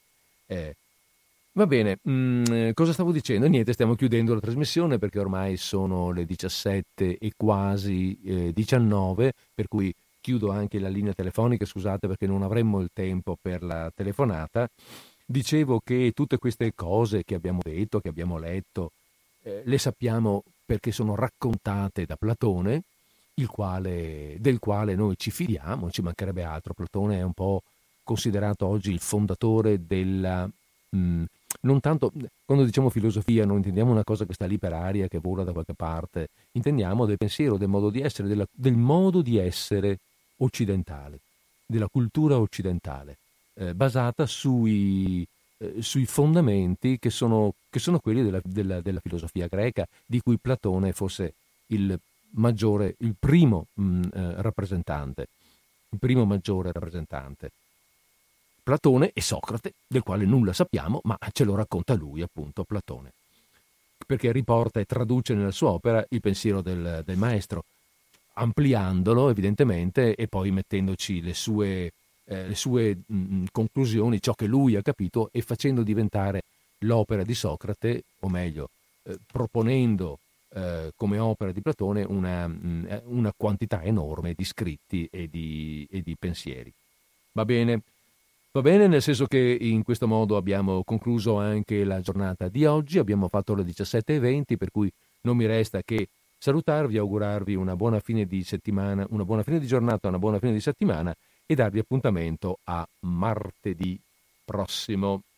Va bene, cosa stavo dicendo? Niente, stiamo chiudendo la trasmissione perché ormai sono le 17 e quasi 19, per cui chiudo anche la linea telefonica, scusate perché non avremmo il tempo per la telefonata. Dicevo che tutte queste cose che abbiamo detto, che abbiamo letto, le sappiamo perché sono raccontate da Platone, del quale noi ci fidiamo, ci mancherebbe altro. Platone è un po' considerato oggi il fondatore della... non tanto, quando diciamo filosofia non intendiamo una cosa che sta lì per aria, che vola da qualche parte, intendiamo del pensiero, del modo di essere, del modo di essere occidentale, della cultura occidentale, basata sui fondamenti che sono quelli della filosofia greca, di cui Platone fosse il primo rappresentante, il primo maggiore rappresentante. Platone e Socrate, del quale nulla sappiamo, ma ce lo racconta lui, appunto, Platone, perché riporta e traduce nella sua opera il pensiero del maestro, ampliandolo evidentemente e poi mettendoci le sue conclusioni, ciò che lui ha capito, e facendo diventare l'opera di Socrate, o meglio, proponendo come opera di Platone una quantità enorme di scritti e di pensieri. Va bene? Va bene, nel senso che in questo modo abbiamo concluso anche la giornata di oggi, abbiamo fatto le 17:20, per cui non mi resta che salutarvi, augurarvi una buona fine di settimana, una buona fine di giornata, una buona fine di settimana e darvi appuntamento a martedì prossimo.